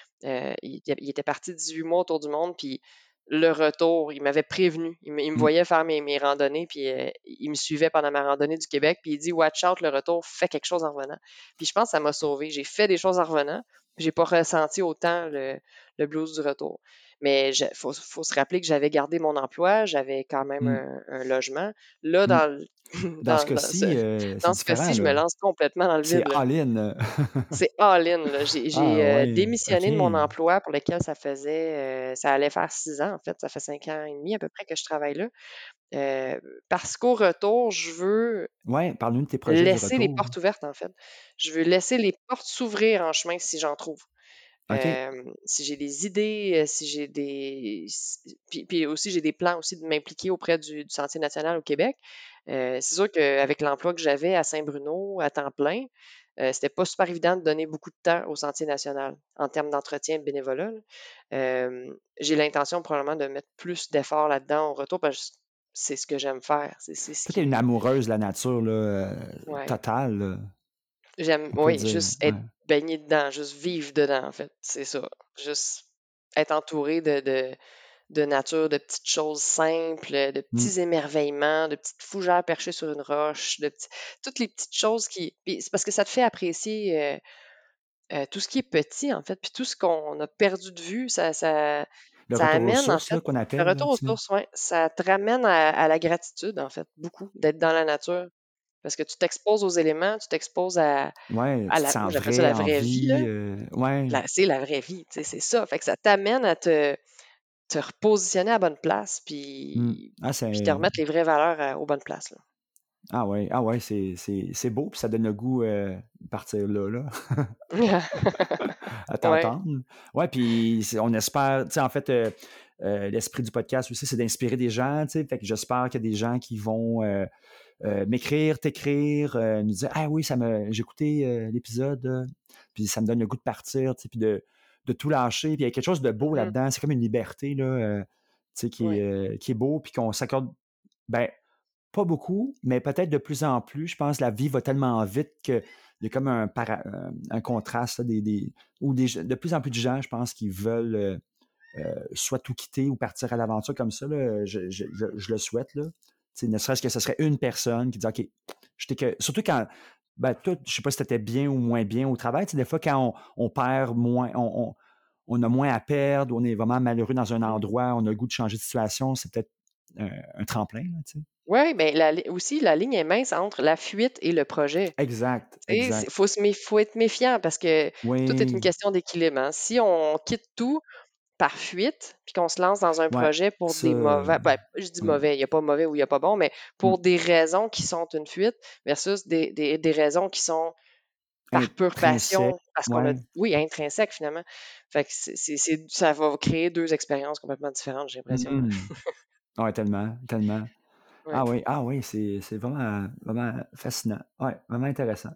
il était parti 18 mois autour du monde, puis le retour, il m'avait prévenu. Il me Mmh. voyait faire mes randonnées, puis il me suivait pendant ma randonnée du Québec, puis il dit: «Watch out, le retour, fais quelque chose en revenant». Puis je pense que ça m'a sauvée. J'ai fait des choses en revenant, puis j'ai pas ressenti autant le blues du retour. Mais faut se rappeler que j'avais gardé mon emploi, j'avais quand même Mmh. un logement. Là, Mmh. Dans ce dans cas-ci, c'est dans ce différent, cas-ci, je me là. lance complètement dans le C'est vide, là. all-in. C'est all-in, là. J'ai Ah ouais, OK. démissionné de mon emploi pour lequel ça allait faire 6 ans, en fait, ça fait 5 ans et demi à peu près que je travaille là, parce qu'au retour, je veux Ouais, parle-nous de tes projets du laisser les retour. portes ouvertes, en fait. Je veux laisser les portes s'ouvrir en chemin si j'en trouve. OK. Si j'ai des idées, si j'ai des s puis aussi j'ai des plans aussi de m'impliquer auprès du Sentier national au Québec. C'est sûr qu'avec l'emploi que j'avais à Saint-Bruno à temps plein, c'était pas super évident de donner beaucoup de temps au Sentier national en termes d'entretien et de bénévolat, là. J'ai l'intention probablement de mettre plus d'efforts là-dedans au retour parce que c'est ce que j'aime faire. C'est ce Toi, tu es une qui amoureuse de la nature, là, ouais. totale, là, J'aime on peut oui, dire. juste Ouais. baigner dedans, juste vivre dedans, en fait. C'est ça. Juste être entouré de nature, de petites choses simples, de Mm. petits émerveillements, de petites fougères perchées sur une roche, toutes les petites choses qui. Puis c'est parce que ça te fait apprécier tout ce qui est petit, en fait, puis tout ce qu'on a perdu de vue, Le ça retour aux amène, en sources, là, fait, qu'on le appelle, là, retour aux tu sais. sources, ouais, ça te ramène à la gratitude, en fait, beaucoup, d'être dans la nature. Parce que tu t'exposes aux éléments, tu t'exposes Ouais, à tu te la, moi sens j'appelle ça vrai, la en vraie vie, là. vie. Ouais. C'est la vraie vie, tu sais, c'est ça. Fait que ça t'amène à te repositionner à la bonne place, Mm. Ah, puis te remettre les vraies valeurs aux bonnes places, là. ah ouais, c'est beau, puis ça donne le goût de partir là, à Ouais. t'entendre. Ouais, puis on espère, tu sais, en fait, l'esprit du podcast aussi, c'est d'inspirer des gens, tu sais. Fait que j'espère qu'il y a des gens qui vont m'écrire, t'écrire, nous dire ah oui, j'ai écouté l'épisode, puis ça me donne le goût de partir, tu sais, puis de tout lâcher. Puis il y a quelque chose de beau Mhm. là-dedans. C'est comme une liberté, là, tu sais, Ouais. qui est beau, puis qu'on s'accorde, ben, pas beaucoup, mais peut-être de plus en plus. Je pense que la vie va tellement vite qu'il y a comme un contraste, là, de plus en plus de gens, je pense, qui veulent soit tout quitter ou partir à l'aventure comme ça. Là, je le souhaite. Là. Ne serait-ce que ce serait une personne qui dit OK, surtout quand. Ben, toi, je sais pas si tu étais bien ou moins bien au travail. Des fois, quand on perd moins, on a moins à perdre, on est vraiment malheureux dans un Mhm. endroit, on a le goût de changer de situation, c'est peut-être un tremplin. Là, Ouais, mais aussi, la ligne est mince entre la fuite et le projet. exact, Tu sais, exact. faut être méfiant parce que tout est une Oui, question d'équilibre, hein. Si on quitte tout par fuite, puis qu'on se lance dans un ouais, projet pour ça, des mauvais, ben, je dis ouais. mauvais, il n'y a pas mauvais ou il n'y a pas bon, mais Mm. pour des raisons qui sont une fuite versus des raisons qui sont par pure Intrinsèque, passion, parce qu'on a, ouais. oui, intrinsèque finalement. Fait que ça va créer deux expériences complètement différentes, j'ai l'impression, là. Mhm. Ouais, tellement, tellement. Ouais. Ah oui, c'est vraiment, vraiment fascinant. Ouais, vraiment intéressant.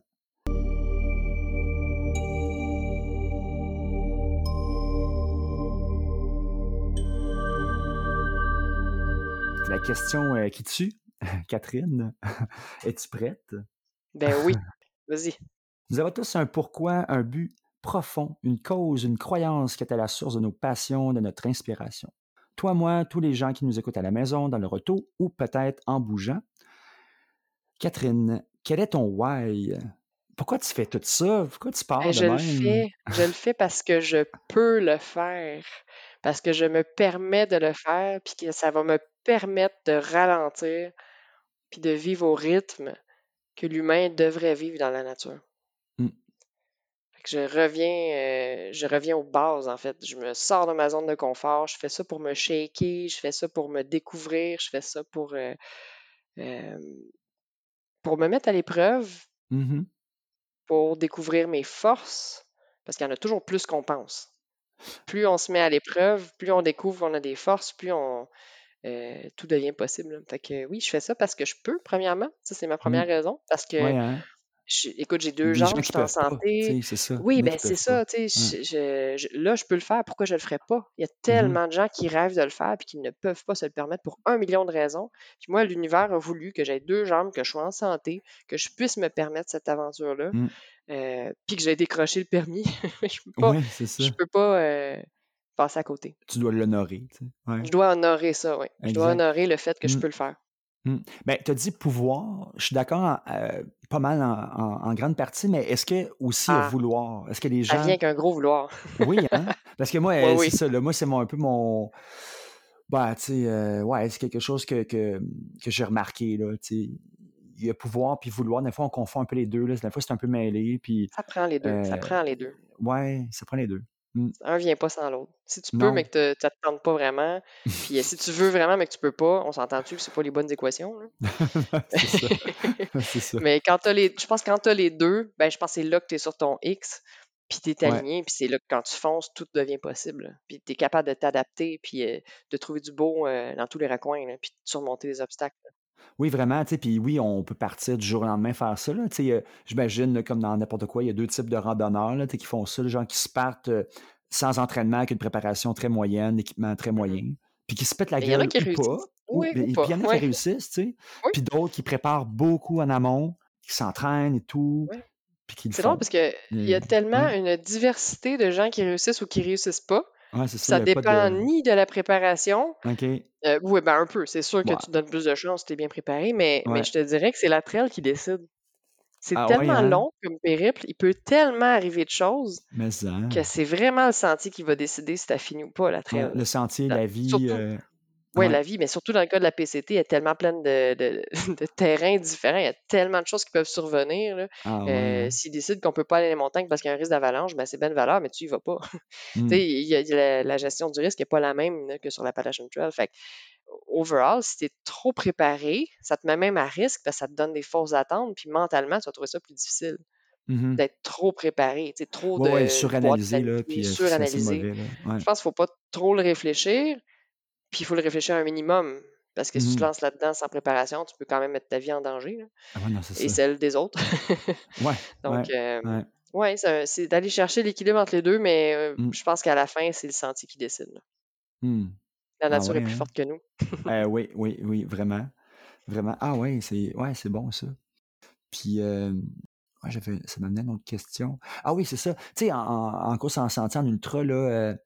La question qui tue, Catherine, es-tu prête? Ben oui, vas-y. Nous avons tous un pourquoi, un but profond, une cause, une croyance qui est à la source de nos passions, de notre inspiration. Toi, moi, tous les gens qui nous écoutent à la maison, dans le auto ou peut-être en bougeant. Catherine, quel est ton why? Pourquoi tu fais tout ça? Pourquoi tu Ben, pars de même? je le fais parce que je peux le faire, parce que je me permets de le faire, puis que ça va me permettre de ralentir, puis de vivre au rythme que l'humain devrait vivre dans la nature. Mm. Fait que je reviens aux bases, en fait. Je me sors de ma zone de confort, je fais ça pour me shaker, je fais ça pour me découvrir, je fais ça euh, pour me mettre à l'épreuve, Mhm. pour découvrir mes forces, parce qu'il y en a toujours plus qu'on pense. Plus on se met à l'épreuve, plus on découvre qu'on a des forces, tout devient possible, là. Fait que oui, je fais ça parce que je peux, premièrement. Ça, c'est ma Mm. première raison. Parce que, Ouais, hein? écoute, j'ai Il y a deux des gens jambes, je qui suis en peuvent pas, santé. tu sais, c'est ça. Il Oui, y en a ben qui c'est peuvent pas. ça, tu Ouais. sais, là, je peux le faire, pourquoi je le ferais pas? Il y a Mhm. tellement de gens qui rêvent de le faire puis qui ne peuvent pas se le permettre pour 1 million de raisons. Puis moi, l'univers a voulu que j'aie deux jambes, que je sois en santé, que je puisse me permettre cette aventure-là, Mm. puis que j'ai décroché le permis. Ouais, c'est ça. Je peux pas passer à côté. Tu dois l'honorer, tu sais. Ouais, Je dois honorer ça, oui. Je dois exact. honorer le fait que je Mm. peux le faire. Mm. Ben, tu as dit pouvoir. Je suis d'accord pas mal en grande partie, mais est-ce que aussi Ah, vouloir? Est-ce que les ça vient gens. qu'un gros vouloir. Oui, hein? Parce que moi, Oui, c'est oui. ça, là, moi, c'est un peu mon. Ben, tu sais, ouais, c'est quelque chose que j'ai remarqué, là, tu sais. Il y a pouvoir puis vouloir. Des fois, on confond un peu les deux, là. Des fois, c'est un peu mêlé, puis. Ça prend les deux. Ça euh, prend les deux. ouais, ça prend les deux. Mm. Un vient pas sans l'autre. Si tu peux, mais Non. que ça te tente pas vraiment, puis si tu veux vraiment, mais que tu peux pas, on s'entend-tu que c'est pas les bonnes équations, là? C'est ça. C'est ça. Mais je pense que quand t'as les deux, ben, je pense que c'est là que tu es sur ton X, puis tu es Ouais. aligné, puis c'est là que quand tu fonces, tout devient possible, là. Puis tu es capable de t'adapter, puis de trouver du beau dans tous les recoins, là, puis de surmonter les obstacles. Oui, vraiment, tu sais, puis oui, on peut partir du jour au lendemain faire ça, là, tu sais, j'imagine, là, comme dans n'importe quoi, il y a deux types de randonneurs, là, tu sais, qui font ça, les gens qui se partent sans entraînement, avec une préparation très moyenne, équipement très Mhm. moyen, puis qui se pètent la Mais il y en a gueule qui ou pas, réussissent. Oui, ou et puis pas. il y en a qui Oui, réussissent, tu sais, oui, puis d'autres qui préparent beaucoup en amont, qui s'entraînent et tout, oui. puis qui le C'est drôle font. parce qu'il y a tellement Ouais, une diversité de gens qui réussissent ou qui réussissent pas. ouais, c'est ça, il Ça n'y a pas dépend de. ni de la préparation. OK. Oui, ben un peu. C'est sûr que Ouais. tu donnes plus de chance si tu es bien préparé, mais Ouais. je te dirais que c'est la trail qui décide. C'est Ah ouais, tellement hein? long comme périple, il peut tellement arriver de choses Mais ça. que c'est vraiment le sentier qui va décider si tu as fini ou pas, la trail. Ouais, le sentier, la vie. Surtout, ouais, Ouais. la vie, mais surtout dans le cas de la PCT, elle est tellement pleine de terrains différents, il y a tellement de choses qui peuvent survenir, là. Ah ouais, hein? S'ils décident qu'on peut pas aller dans les montagnes parce qu'il y a un risque d'avalanche, ben c'est bonne valeur, mais tu y vas pas. Tu sais, Hmm. la gestion du risque n'est pas la même là, que sur l'Appalachian Trail. Fait que, overall, si tu es trop préparé, ça te met même à risque parce que ça te donne des fausses attentes, puis mentalement, tu vas trouver ça plus difficile Mhm. d'être trop préparé, tu sais, trop Ouais, ouais, de boîtes suranalyser, là, planifiées, puis c'est assez suranalyser. mauvais, là. Ouais. Je pense qu'il faut pas trop le réfléchir, puis il faut le réfléchir un minimum. Parce que si tu te Mhm. lances là-dedans sans préparation, tu peux quand même mettre ta vie en danger, là, Ah ouais, non, c'est et ça. celle des autres. Ouais, Donc, ouais, ouais. ouais, c'est d'aller chercher l'équilibre entre les deux, mais Hmm. je pense qu'à la fin, c'est le sentier qui décide, là. Hmm. La Ah nature est ouais, plus hein? forte que nous. Oui, oui, oui, vraiment. Vraiment. Ah ouais, c'est bon, ça. Puis, ouais, ça m'amenait à une autre question. Ah oui, c'est ça. Tu sais, en course en sentier, en ultra, là,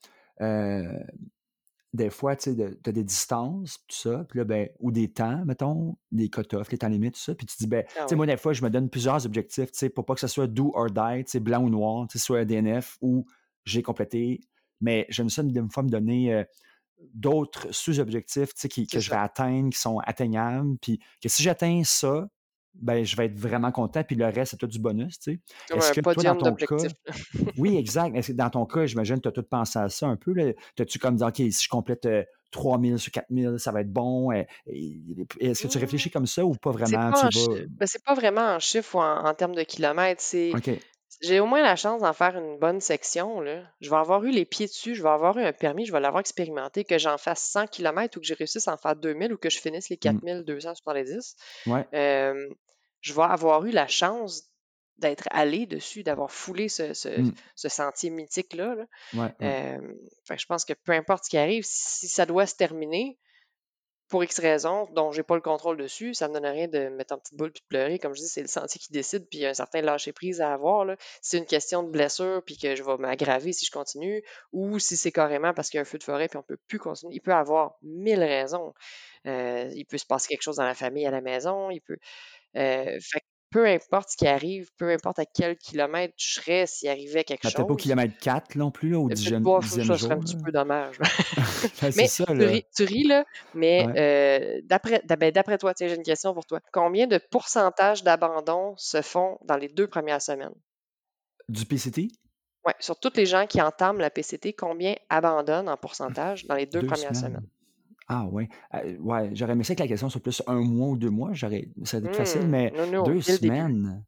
euh, des fois, tu sais, t'as des distances, tout ça, puis là, ben, ou des temps, mettons, des cut-offs, les temps limites, tout ça, puis tu dis, ben, tu Ah sais, oui. moi, des fois, je me donne plusieurs objectifs, tu sais, pour pas que ce soit do or die, tu sais, blanc ou noir, tu sais, soit un DNF ou j'ai complété, mais j'aime ça une fois me donner d'autres sous-objectifs, tu sais, C'est que je vais ça. atteindre, qui sont atteignables, puis que si j'atteins ça, ben, je vais être vraiment content, puis le reste, c'est tout du bonus, tu sais. Comme Est-ce un que toi, dans podium ton d'objectifs. cas, oui, exact. Est-ce que dans ton cas, j'imagine que tu as tout pensé à ça un peu. T'as-tu comme dit, OK, si je complète 3000 sur 4000, ça va être bon. Est-ce que tu Mmh, réfléchis comme ça ou pas c'est vraiment? pas Tu en chi vas. ben, c'est pas vraiment en chiffres ou en termes de kilomètres, OK. j'ai au moins la chance d'en faire une bonne section, là. Je vais avoir eu les pieds dessus, je vais avoir eu un permis, je vais l'avoir expérimenté, que j'en fasse 100 kilomètres ou que je réussisse à en faire 2000 ou que je finisse les Mm. 4270. Ouais. Hem, je vais avoir eu la chance d'être allé dessus, d'avoir foulé Mm. ce sentier mythique-là, là. Ouais. Ouais. Fait que je pense que peu importe ce qui arrive, si ça doit se terminer, pour X raisons dont j'ai pas le contrôle dessus, ça me donne rien de me mettre en petite boule puis de pleurer. Comme je dis, c'est le sentier qui décide, puis il y a un certain lâcher-prise à avoir, là. Si c'est une question de blessure, puis que je vais m'aggraver si je continue, ou si c'est carrément parce qu'il y a un feu de forêt, puis on peut plus continuer. Il peut y avoir 1000 raisons. Il peut se passer quelque chose dans la famille, à la maison, fait que peu importe ce qui arrive, peu importe à quel kilomètre je serais s'il arrivait quelque Ben, peut-être pas au chose, kilomètre 4 non plus, là, au peut-être dixième, pas, dixième ça serait un jour. petit Là. peu dommage. Ben, c'est Mais ça, là. tu ris là, mais Ouais. d'après toi, tiens, j'ai une question pour toi. Combien de pourcentage d'abandon se font dans les 2 premières semaines? Du PCT, Ouais, sur toutes les gens qui entament la PCT, combien abandonnent en pourcentage dans les 2 deux premières semaines? semaines. Ah ouais. Ouais, j'aurais aimé ça que la question soit plus un mois ou 2 mois. Ça aurait été facile, mais Non, non, deux dès le début. semaines.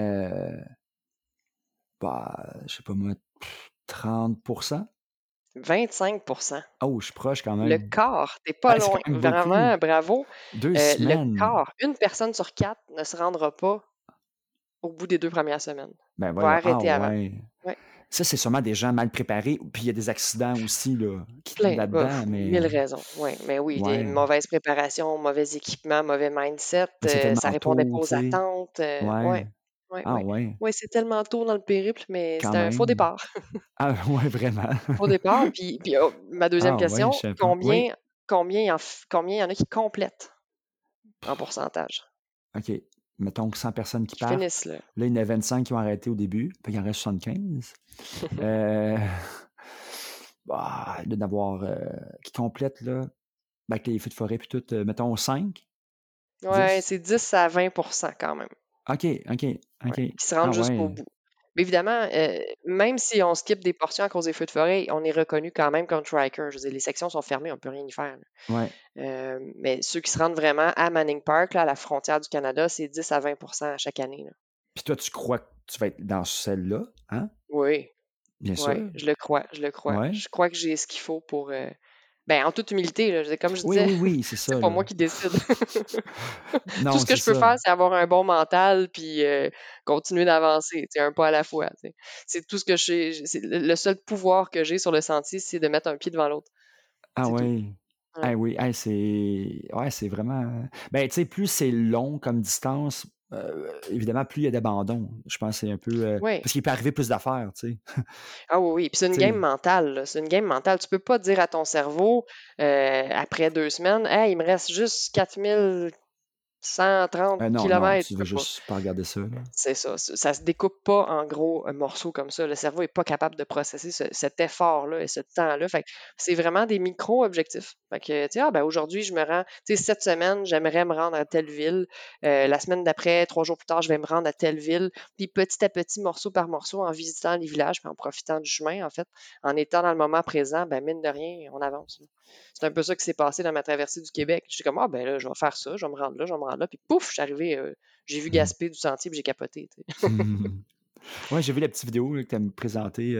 Bah, je sais pas moi, 30%. 25. Oh, je suis proche quand Le même. quart, tu pas Ah, c'est loin. quand même beaucoup. Vraiment, bravo. Deux Le semaines. quart, une personne sur 4 ne se rendra pas au bout des 2 premières semaines. Ben Va voyons. Ah arrêter avant. ouais. Ouais. Ça, c'est sûrement des gens mal préparés. Puis il y a des accidents aussi là, Plein, bah, là-dedans, mais 1000 raisons. Ouais, mais oui, des ouais. mauvaise préparation, mauvais équipement, mauvais mindset, Ben, c'est ça tellement répondait tôt, pas tu aux sais. attentes, Ouais. ouais, ouais, Ah ouais. ouais. Ouais, c'est tellement tôt dans le périple, mais Quand c'était un faux même. départ. Ah ouais, vraiment. Faux départ, puis, ma deuxième Ah ouais, je question, sais pas. Oui. combien il y en a qui complètent en pourcentage? OK. Mettons que 100 personnes qui Qui partent. finissent, là? Là, il y en a 25 qui ont arrêté au début. Puis il en reste 75. Euh, bah, il doit y en avoir qui complètent, là, ben, avec les feux de forêt puis tout, mettons 5, Ouais, 10. c'est 10 à 20 quand même. OK, OK, Ouais, OK. qui se rendent Ah jusqu'au ouais. bout. Mais évidemment, même si on skip des portions à cause des feux de forêt, on est reconnu quand même comme triker. Je veux dire, les sections sont fermées, on peut rien y faire, là. Ouais. Mais ceux qui se rendent vraiment à Manning Park, là, à la frontière du Canada, c'est 10 à 20 à chaque année, là. Puis toi, tu crois que tu vas être dans celle-là, hein? Oui, Bien ouais, sûr. je le crois, je le crois. Ouais. Je crois que j'ai ce qu'il faut pour, ben, en toute humilité, là, je veux dire, comme je Oui, disais, oui, oui, c'est c'est ça, pas là. moi qui décide. Tout Non, ce que c'est je peux ça. faire, c'est avoir un bon mental puis, continuer d'avancer, tu sais, un pas à la fois, tu sais. C'est tout ce que c'est le seul pouvoir que j'ai sur le sentier, c'est de mettre un pied devant l'autre. Ah C'est tout. ouais. Ouais. Ah oui, c'est vraiment ben, tu sais, plus c'est long comme distance, évidemment, plus il y a d'abandon. Je pense que c'est un peu... Oui. parce qu'il peut arriver plus d'affaires, tu sais. Ah oui, oui. Puis c'est une Tu game sais, mentale, là. C'est une game mentale. Tu peux pas dire à ton cerveau, après 2 semaines, hey, il me reste juste 4130 non, kilomètres. tu Tu veux peux pas. juste pas regarder ça, là. C'est ça. Ça se découpe pas en gros morceaux comme ça. Le cerveau est pas capable de processer cet effort-là et ce temps-là. Fait que c'est vraiment des micro-objectifs. Fait que, tu sais, aujourd'hui, je me rends, tu sais, cette semaine, j'aimerais me rendre à telle ville. La semaine d'après, 3 jours plus tard, je vais me rendre à telle ville. Puis petit à petit, morceau par morceau, en visitant les villages, puis en profitant du chemin, en fait, en étant dans le moment présent, ben mine de rien, on avance, là. C'est un peu ça qui s'est passé dans ma traversée du Québec. Je suis comme, ah ben là, je vais faire ça, je vais me rendre là, je vais me rendre là. Puis pouf, je suis arrivé, j'ai vu Gaspé du sentier, puis j'ai capoté, tu sais. Ouais, j'ai vu la petite vidéo là, que tu as présenté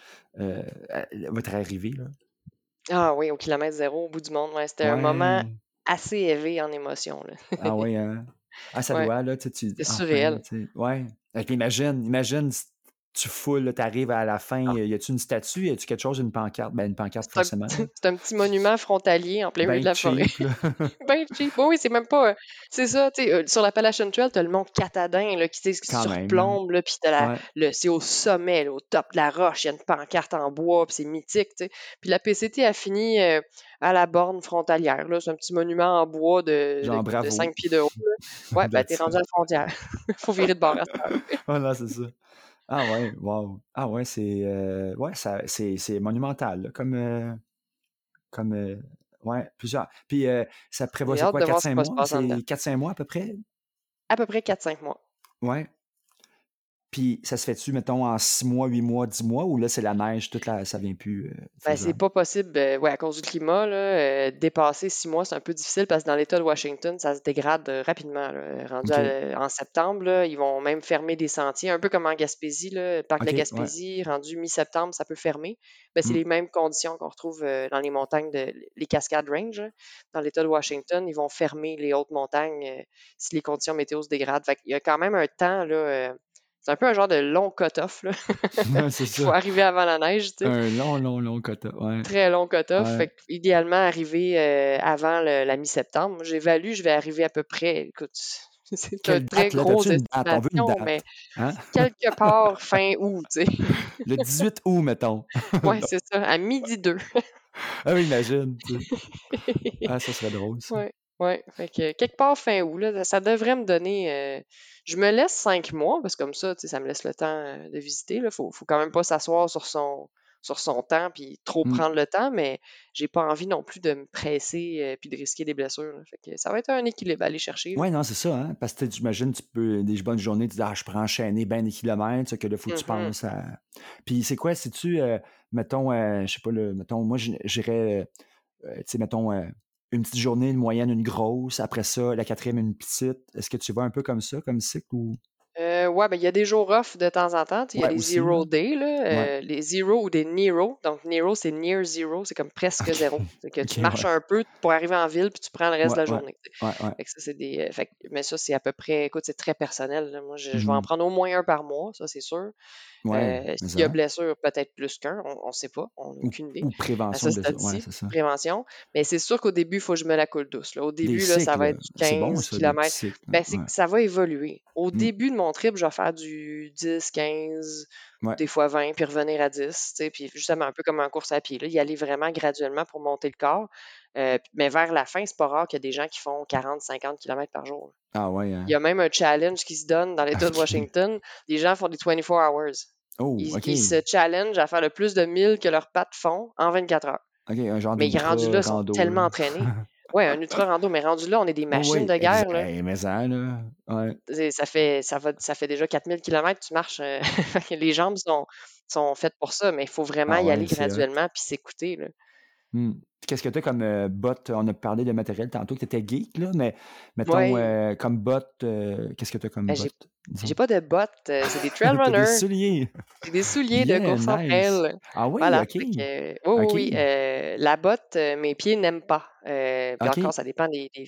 votre arrivée, là. Ah oui, au kilomètre zéro, au bout du monde. Ouais, c'était un moment Ouais. assez élevé en émotion, là. Ah ouais, hein. Ah, ça Ouais, doit, là, c'était enfin, là, surréel. tu sais. Ouais. Puis imagine, si tu foules, tu arrives à la fin, Ah, y a-tu une statue, y a-tu quelque chose, une pancarte? Ben, une pancarte, c'est un, forcément, là. c'est un petit monument frontalier en plein milieu de Ben la forêt. cheap, là. Ben cheap. Oui, oui, c'est même pas. C'est ça, tu sais, sur l'Appalachian Trail, t'as le mont Catadin, là, qui, tu sais, qui Quand même, là. surplombe, là, puis t'as Ouais. c'est au sommet, là, au top de la roche, il y a une pancarte en bois, puis c'est mythique, tu sais. Puis la PCT a fini à la borne frontalière, là. C'est un petit monument en bois Genre, de bravo. 5 pieds de haut, là. Ouais, ben t'es That's rendu à it. la frontière. Faut virer de bord à ça. Ah non, c'est ça. Ah ouais, wow. Ah ouais, ouais, c'est monumental, là, comme ouais, plusieurs. Puis ça prévoit, J'ai c'est hâte quoi, de quatre voir ce qui cinq va se mois? passer en dedans. C'est 4-5 mois à peu près? À peu près 4-5 mois. Ouais. Puis ça se fait-tu, mettons, en 6 mois, 8 mois, 10 mois, ou là, c'est la neige, ça vient plus Ben, c'est faisable? pas possible, ouais, à cause du climat, là, dépasser 6 mois, c'est un peu difficile parce que dans l'État de Washington, ça se dégrade rapidement, là. Rendu OK. en septembre, là, ils vont même fermer des sentiers, un peu comme en Gaspésie, là, le parc de la OK, ouais. Gaspésie, rendu mi-septembre, ça peut fermer. Ben, c'est Mm. les mêmes conditions qu'on retrouve dans les montagnes les Cascades Range, là. Dans l'État de Washington, ils vont fermer les hautes montagnes si les conditions météo se dégradent. Fait qu'il y a quand même un temps, là, c'est un peu un genre de long cut-off, là. Ouais, c'est Il faut ça. arriver avant la neige, tu sais. Un long quota. Ouais. Très long cut-off. Ouais. Fait que, idéalement, arriver avant la mi-septembre. Moi, j'évalue, je vais arriver à peu près, écoute, c'est un Quelle très date, là? T'as-tu grosse une date? On veut une estimation, mais date. Hein? quelque part fin août, tu sais. Le 18 août, mettons. Ouais, c'est ça, à 12h02. Ah oui, imagine, tu sais. Ah, ça serait drôle, ça. Ouais, ouais. Fait que quelque part fin août, là, ça devrait me donner. Je me laisse 5 mois, parce que comme ça, tu sais, ça me laisse le temps de visiter. Là. Faut quand même pas s'asseoir sur son temps puis trop Mm. prendre le temps, mais j'ai pas envie non plus de me presser puis de risquer des blessures, là. Fait que ça va être un équilibre à aller chercher, là. Ouais, non, c'est ça, hein? Parce que j'imagine, tu peux, des bonnes journées, tu dis, ah, je peux enchaîner ben des kilomètres, ça, que là, faut que tu Mhm. penses à. Puis c'est quoi, si tu, mettons, je sais pas, mettons, moi, j'irais, tu sais, mettons, une petite journée, une moyenne, une grosse, après ça, la quatrième, une petite. Est-ce que tu vas un peu comme ça, comme cycle ou. Ouais, ben, il y a des jours off de temps en temps. Tu sais, il y a Ouais, les aussi, là. zero day, là, Ouais. les zero ou des Nero. Donc, Nero, c'est near zero, c'est comme presque OK. zéro. C'est que OK, tu marches ouais. un peu pour arriver en ville, puis tu prends le reste Ouais, de la ouais. journée, tu sais. Ouais, ouais. Fait que ça, c'est mais ça, c'est à peu près, écoute, c'est très personnel, là. Moi, je vais en Mhm. prendre au moins un par mois, ça, c'est sûr. Ouais, mais S'il y a ça. blessure, peut-être plus qu'un, on ne sait pas, on n'a Ou, aucune idée ou à prévention ce de blessure. Ouais, stade-ci. c'est ça. Prévention. Mais c'est sûr qu'au début, il faut que je me la coule douce, là. Au Des début, là, ça va cycles, être du c'est bon, 15 ça, des petits kilomètres. cycles. Ben, c'est Ouais. que ça va évoluer. Au Mm. début de mon trip, je vais faire du 10, 15, Ouais. des fois 20, puis revenir à 10, tu sais, puis justement, un peu comme en course à pied, là, y aller vraiment graduellement pour monter le corps. Mais vers la fin, c'est pas rare qu'il y a des gens qui font 40, 50 kilomètres par jour, là. Ah ouais, Il y hein. a même un challenge qui se donne dans l'État de OK. Washington. Les gens font des 24 hours. Oh, Ils se OK. challengent à faire le plus de 1000 que leurs pattes font en 24 heures. OK, un genre Mais rendus d'ultra là, ils sont rando, là. tellement entraînés. Ouais, un ultra rando, mais rendus là, on est des Oui, machines oui, de guerre, exact. là. Hey, mais ça, là. Ouais. Ça fait déjà 4000 kilomètres, tu marches. Les jambes sont faites pour ça, mais il faut vraiment Ah y aller ouais, c'est hot. graduellement puis s'écouter, là. Hmm. Puis qu'est-ce que tu as comme bottes? On a parlé de matériel tantôt, que tu étais geek, là, mais mettons, Ouais, comme bottes, qu'est-ce que tu as comme ben, bottes, j'ai disons? pas de bottes, c'est des trail Tu as des runners. souliers. C'est des souliers de Yeah, course en nice. trail. Ah oui, Voilà, OK. fait que oui, oui, OK. oui, la botte, mes pieds n'aiment pas. Puis encore, OK. ça dépend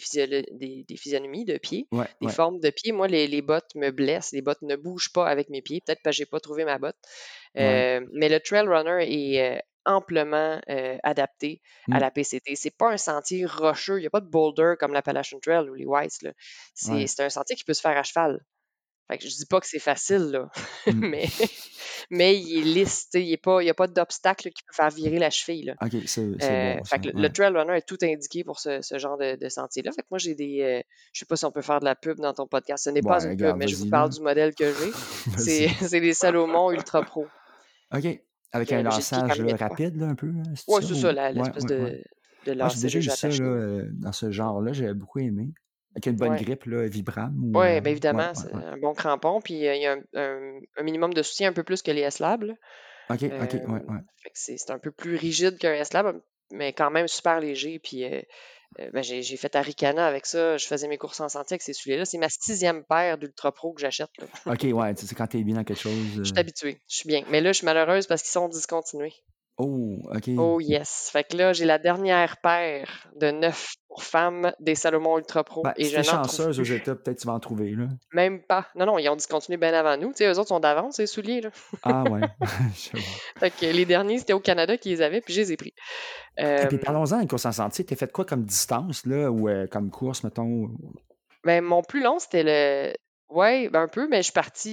des physionomies de pieds, Ouais, des ouais, formes de pieds. Moi, les bottes me blessent, les bottes ne bougent pas avec mes pieds, peut-être parce que j'ai pas trouvé ma botte. ouais. Mais le trail runner est, amplement, adapté à Hmm. la PCT. C'est pas un sentier rocheux, il y a pas de boulder comme l'Appalachian Trail ou les Whites, là. C'est Ouais. c'est un sentier qui peut se faire à cheval. Fait que je dis pas que c'est facile, là, Mm. mais il est lisse, tu sais, il y a pas d'obstacle qui peut faire virer la cheville, là. OK, c'est bon, Fait ça. que le Ouais. trail runner est tout indiqué pour ce genre de sentier-là. Fait que moi, j'ai des, je sais pas si on peut faire de la pub dans ton podcast. Ce n'est pas Ouais, une pub, regarde, mais je vous vas-y, parle là. du modèle que j'ai. C'est Vas-y. c'est les Salomon Ultra Pro. OK. Avec un Qui est quand lassage même là, étroit. rapide, là, un peu, là, c'est Ouais, ça? c'est ça, Ou... Ouais, l'espèce ouais, ouais. de Ah, j'ai lacet déjà eu déjà ça attaché, là, là. dans ce genre-là, j'avais beaucoup aimé. Avec une bonne Ouais. grippe là, vibrame ou Ouais, bien ouais, évidemment, ouais, c'est ouais. un bon crampon, puis il y a un minimum de soutien un peu plus que les S-Lab, là. OK, OK, ouais, ouais. Fait que c'est un peu plus rigide qu'un S-Lab, mais quand même super léger. Puis ben, j'ai fait Arikana avec ça. Je faisais mes courses en sentier avec ces souliers-là. C'est ma 6e paire d'Ultra Pro que j'achète, là. OK, ouais, tu sais, quand t'es bien dans quelque chose. Je suis habituée, je suis bien. Mais là, je suis malheureuse parce qu'ils sont discontinués. Oh, OK. Oh yes! Fait que là, j'ai la dernière paire de 9 pour femmes des Salomon Ultra Pro Ben, et si je t'es n'en trouve chanceuse aux plus. États, peut-être tu vas en trouver, là. Même pas. Non, non, ils ont discontinué bien avant nous. Tu sais, eux autres sont d'avance, ces souliers, là. Ah ouais, j'avoue. Fait que les derniers, c'était au Canada qui les avaient, puis je les ai pris. Et puis Euh, parlons-en d'une course en sentier. T'as fait quoi comme distance, là, ou comme course, mettons? Ben, mon plus long, c'était le ouais, ben, un peu, mais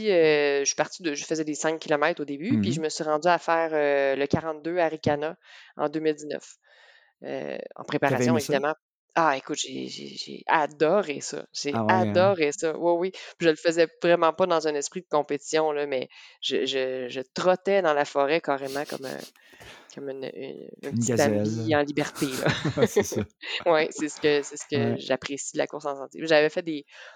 je faisais des 5 kilomètres au début, puis je Mhm. me suis rendue à faire, le 42 à Ricana en 2019, en T'avais préparation aimé ça? évidemment. Ah écoute, j'ai adoré ça, j'ai Ah ouais, hein? adoré ça. Oui, oui, puis je le faisais vraiment pas dans un esprit de compétition là, mais je trottais dans la forêt carrément comme un Une petit gazelle. Bambi en liberté, là. Ouais, c'est ça. Ouais, c'est ce que Ouais, j'apprécie de la course en sentier. J'avais fait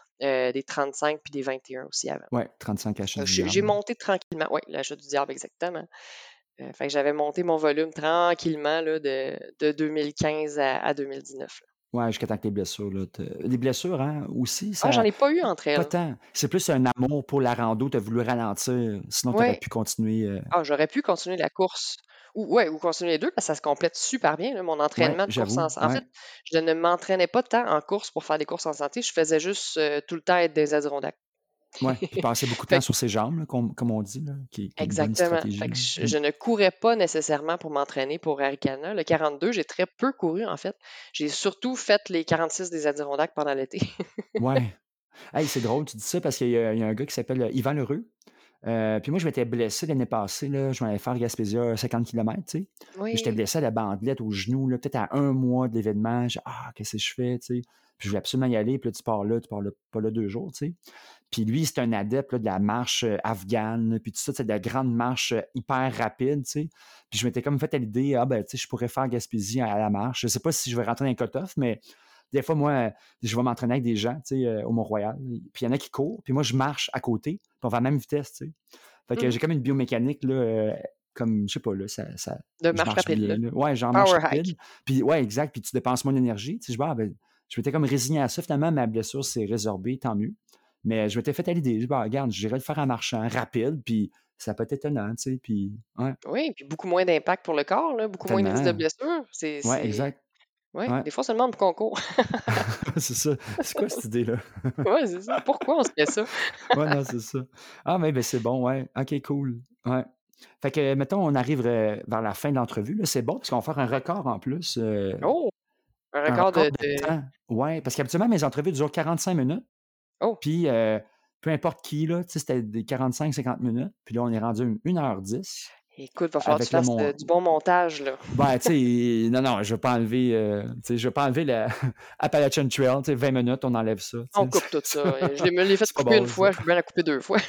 des 35 puis des 21 aussi avant. ouais, 35 à du J'ai diable. monté tranquillement, oui, la chute du diable, exactement. Fait que j'avais monté mon volume tranquillement là, de 2015 à 2019. Là. Ouais, jusqu'à temps que tes blessures, là. Les blessures, hein, aussi, Ah, j'en ça. ai pas eu entre Pas elles. tant. C'est plus un amour pour la rando, t'as voulu ralentir, sinon t'aurais Ouais. pu continuer. Ah, j'aurais pu continuer la course. Ou continuer les deux parce que ça se complète super bien, là, mon Ouais, entraînement de course j'avoue, en ouais. fait, je ne m'entraînais pas tant en course pour faire des courses en santé, je faisais juste tout le temps être des Adirondacks. Ouais, puis passer beaucoup de temps Fait que sur ses jambes, là, comme on dit, là, qui est une bonne exactement. Fait stratégie, que là. je ne courais pas nécessairement pour m'entraîner pour Arikana. Le 42, j'ai très peu couru, en fait. J'ai surtout fait les 46 des Adirondacks pendant l'été. Ouais. Hey, c'est drôle, tu dis ça parce qu'il y a un gars qui s'appelle Yvan Lheureux. Puis moi, je m'étais blessé l'année passée, là, je m'en allais faire Gaspésia 50 kilomètres, tu sais. Puis j'étais Oui. blessé à la bandelette au genou, là, peut-être à un mois de l'événement. J'ai ah, qu'est-ce que je fais, tu sais. Puis je voulais absolument y aller, puis là, tu pars là, pas là 2 jours, tu sais. Puis lui, c'est un adepte là, de la marche afghane, puis tout ça, c'est de la grande marche hyper rapide, tu sais. Puis je m'étais comme fait à l'idée, ah ben, tu sais, je pourrais faire Gaspésie à la marche. Je sais pas si je vais rentrer dans un cut-off, mais des fois, moi, je vais m'entraîner avec des gens, tu sais, au Mont-Royal. Puis il y en a qui courent, puis moi, je marche à côté, puis on va à la même vitesse, tu sais. Fait que Mhm. j'ai comme une biomécanique, là, comme, je sais pas, là, De je marche marche rapide, là. bien, là. Ouais, genre marche Power rapide. hike. Puis, ouais, exact. Puis tu dépenses moins d'énergie. Tu sais, je m'étais comme résigné à ça. Finalement, ma blessure s'est résorbée, tant mieux. Mais je m'étais fait à l'idée. Je dis, bah, regarde, j'irai le faire en marchant rapide. Puis ça peut être étonnant, tu sais. Puis, ouais, Oui, puis beaucoup moins d'impact pour le corps, là, beaucoup moins de risque de tellement. blessure. Ouais, exact. Ouais, Ouais, des fois, on se demande pourquoi on court. c'est ça. C'est quoi cette idée-là? Ouais, c'est ça. Pourquoi on se fait ça? Ouais, non, c'est ça. Ah, mais ben, c'est bon, ouais. OK, cool. Ouais. Fait que, mettons, on arrive vers la fin de l'entrevue. Là, c'est bon, parce qu'on va faire un record en plus. Oh! Un Un record record de de temps. Ouais, parce qu'habituellement, mes entrevues durent 45 minutes. oh! Puis, peu importe qui, là, tu sais, c'était des 45-50 minutes. Puis là, on est rendu 1h10 Écoute, va falloir que tu avec le fasses, mon. du bon montage, là. Ben, tu sais, non, non, je vais pas enlever, tu sais, je vais pas enlever la Appalachian Trail, tu sais, 20 minutes, on enlève ça, On tu sais. coupe tout ça. Me l'ai fait C'est pas couper une bon, ça. fois, je veux bien la couper 2 fois.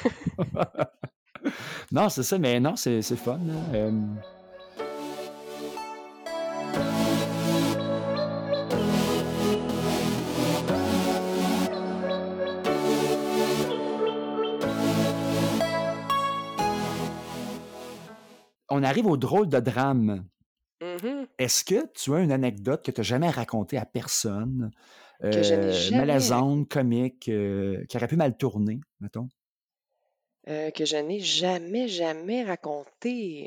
Non, c'est ça, mais non, c'est fun, là. On arrive au drôle de drame. Mmh. Est-ce que tu as une anecdote que tu n'as jamais racontée à personne, Que je n'ai jamais malaisante, comique, qui aurait pu mal tourner, mettons? que je n'ai jamais raconté.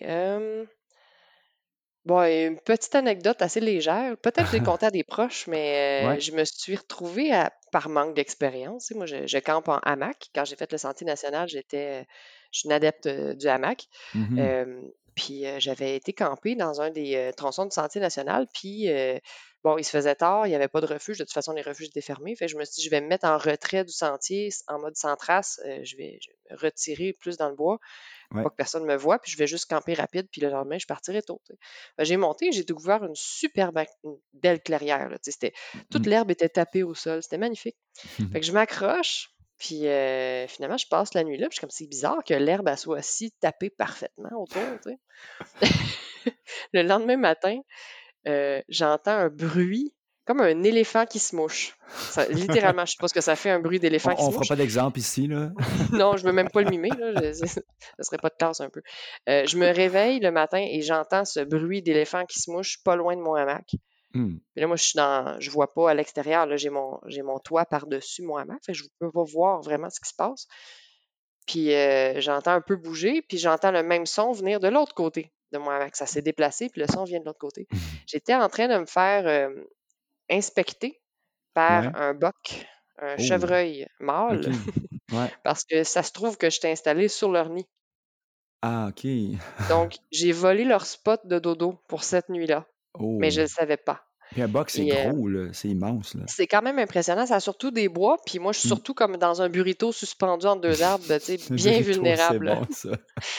Bon, une petite anecdote assez légère. Peut-être que je l'ai contée à des proches, mais Ouais. je me suis retrouvée par manque d'expérience. Tu sais, moi, je campe en hamac. Quand j'ai fait le Sentier national, je suis une adepte du hamac. Mmh. Puis j'avais été camper dans un des tronçons du Sentier national. Puis Bon, il se faisait tard, il n'y avait pas de refuge. De toute façon, les refuges étaient fermés. Fait que je me suis dit, je vais me mettre en retrait du sentier, en mode sans trace. Je vais me retirer plus dans le bois, Ouais. pas que personne me voie, puis je vais juste camper rapide, puis le lendemain, je partirai tôt. Tu sais. J'ai monté, j'ai découvert une belle clairière. Là, tu sais, toute Mm. l'herbe était tapée au sol, c'était magnifique. Fait que je m'accroche, puis finalement, je passe la nuit là, puis je suis comme, c'est bizarre que l'herbe elle soit si tapée parfaitement autour. Tu sais. Le lendemain matin, j'entends un bruit comme un éléphant qui se mouche. Littéralement, je sais pas ce que ça fait, un bruit d'éléphant qui On se fera mouche. pas d'exemple ici, là. Non, je veux même pas le mimer, là, ça serait pas de classe un peu. Je me réveille le matin et j'entends ce bruit d'éléphant qui se mouche pas loin de mon hamac. Hmm. Puis là, moi, je vois pas à l'extérieur, là, j'ai mon toit par-dessus mon hamac, fait que je peux pas voir vraiment ce qui se passe. Puis j'entends un peu bouger, puis j'entends le même son venir de l'autre côté de mon hamac. Ça s'est déplacé, puis le son vient de l'autre côté. J'étais en train de me faire inspecter par Ouais. un boc, un Oh, chevreuil OK. mâle, Ouais. parce que ça se trouve que j'étais installée sur leur nid. Ah, OK. Donc, j'ai volé leur spot de dodo pour cette nuit-là, mais je Oh. ne le savais pas. Puis un box, c'est Et gros, là. C'est immense, là. c'est quand même impressionnant. Ça a surtout des bois, puis moi, je suis Hmm. surtout comme dans un burrito suspendu entre deux arbres, tu sais, Un bien burrito, c'est vulnérable. bon, ça.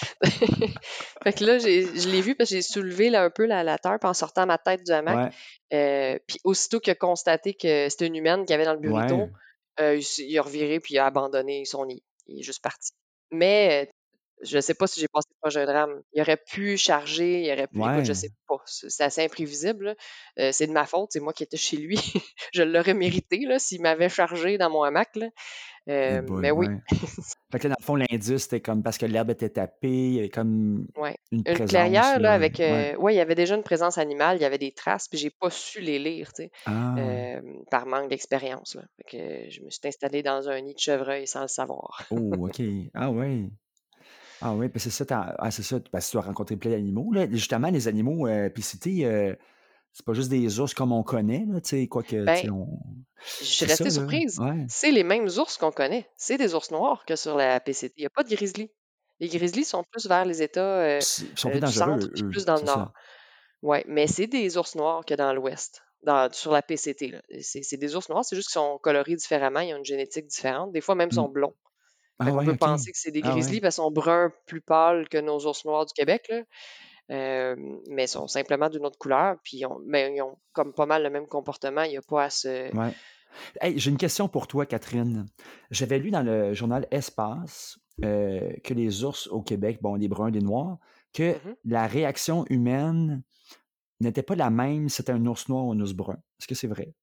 Fait que là, je l'ai vu parce que j'ai soulevé là, un peu la terre puis en sortant ma tête du hamac. Ouais. Puis aussitôt qu'il a constaté que c'était une humaine qu'il y avait dans le Ouais. burrito, il a reviré puis il a abandonné son nid. Il est juste parti. Mais je sais pas si j'ai passé proche d'un drame. Il aurait pu charger, il aurait pu. Écoute, je Ouais. sais pas. C'est assez imprévisible, là. C'est de ma faute, c'est moi qui étais chez lui. Je l'aurais mérité là, s'il m'avait chargé dans mon hamac. Là. Eh boy, Mais oui, ouais. Fait que là, dans le fond, l'indice, c'était comme parce que l'herbe était tapée, il y avait comme ouais. une Une présence, clairière, là, là. avec. Ouais. Ouais, il y avait déjà une présence animale, il y avait des traces, puis j'ai pas su les lire, tu sais, Ah. par manque d'expérience, là. Fait que je me suis installée dans un nid de chevreuil sans le savoir. Oh, OK. Ah ouais. Ah oui, c'est ça, c'est ça, parce que tu as rencontré plein d'animaux, là. Justement, les animaux, PCT, c'est pas juste des ours comme on connaît, là, tu sais, quoique, tu Ben, sais, on... je suis C'est ça, restée là. surprise. Ouais. C'est les mêmes ours qu'on connaît. C'est des ours noirs que sur la PCT. Il y a pas de grizzly. Les grizzlies sont plus vers les États Ils sont plus du centre, dangereux, puis eux, plus dans le c'est ça. nord. Ouais, mais c'est des ours noirs que dans l'ouest, sur la PCT, là. C'est des ours noirs, c'est juste qu'ils sont colorés différemment, ils ont une génétique différente. Des fois, même, ils Hmm. sont blonds. Fait Ah qu'on ouais, peut OK. penser que c'est des Ah grizzlies ouais. parce qu'ils sont bruns plus pâles que nos ours noirs du Québec, là. Mais ils sont simplement d'une autre couleur, puis ils ont comme pas mal le même comportement. Il n'y a pas à se. Ouais. Hey, j'ai une question pour toi, Catherine. J'avais lu dans le journal Espace que les ours au Québec, bon, les bruns, les noirs, que Mhm. la réaction humaine n'était pas la même si c'était un ours noir ou un ours brun. Est-ce que c'est vrai?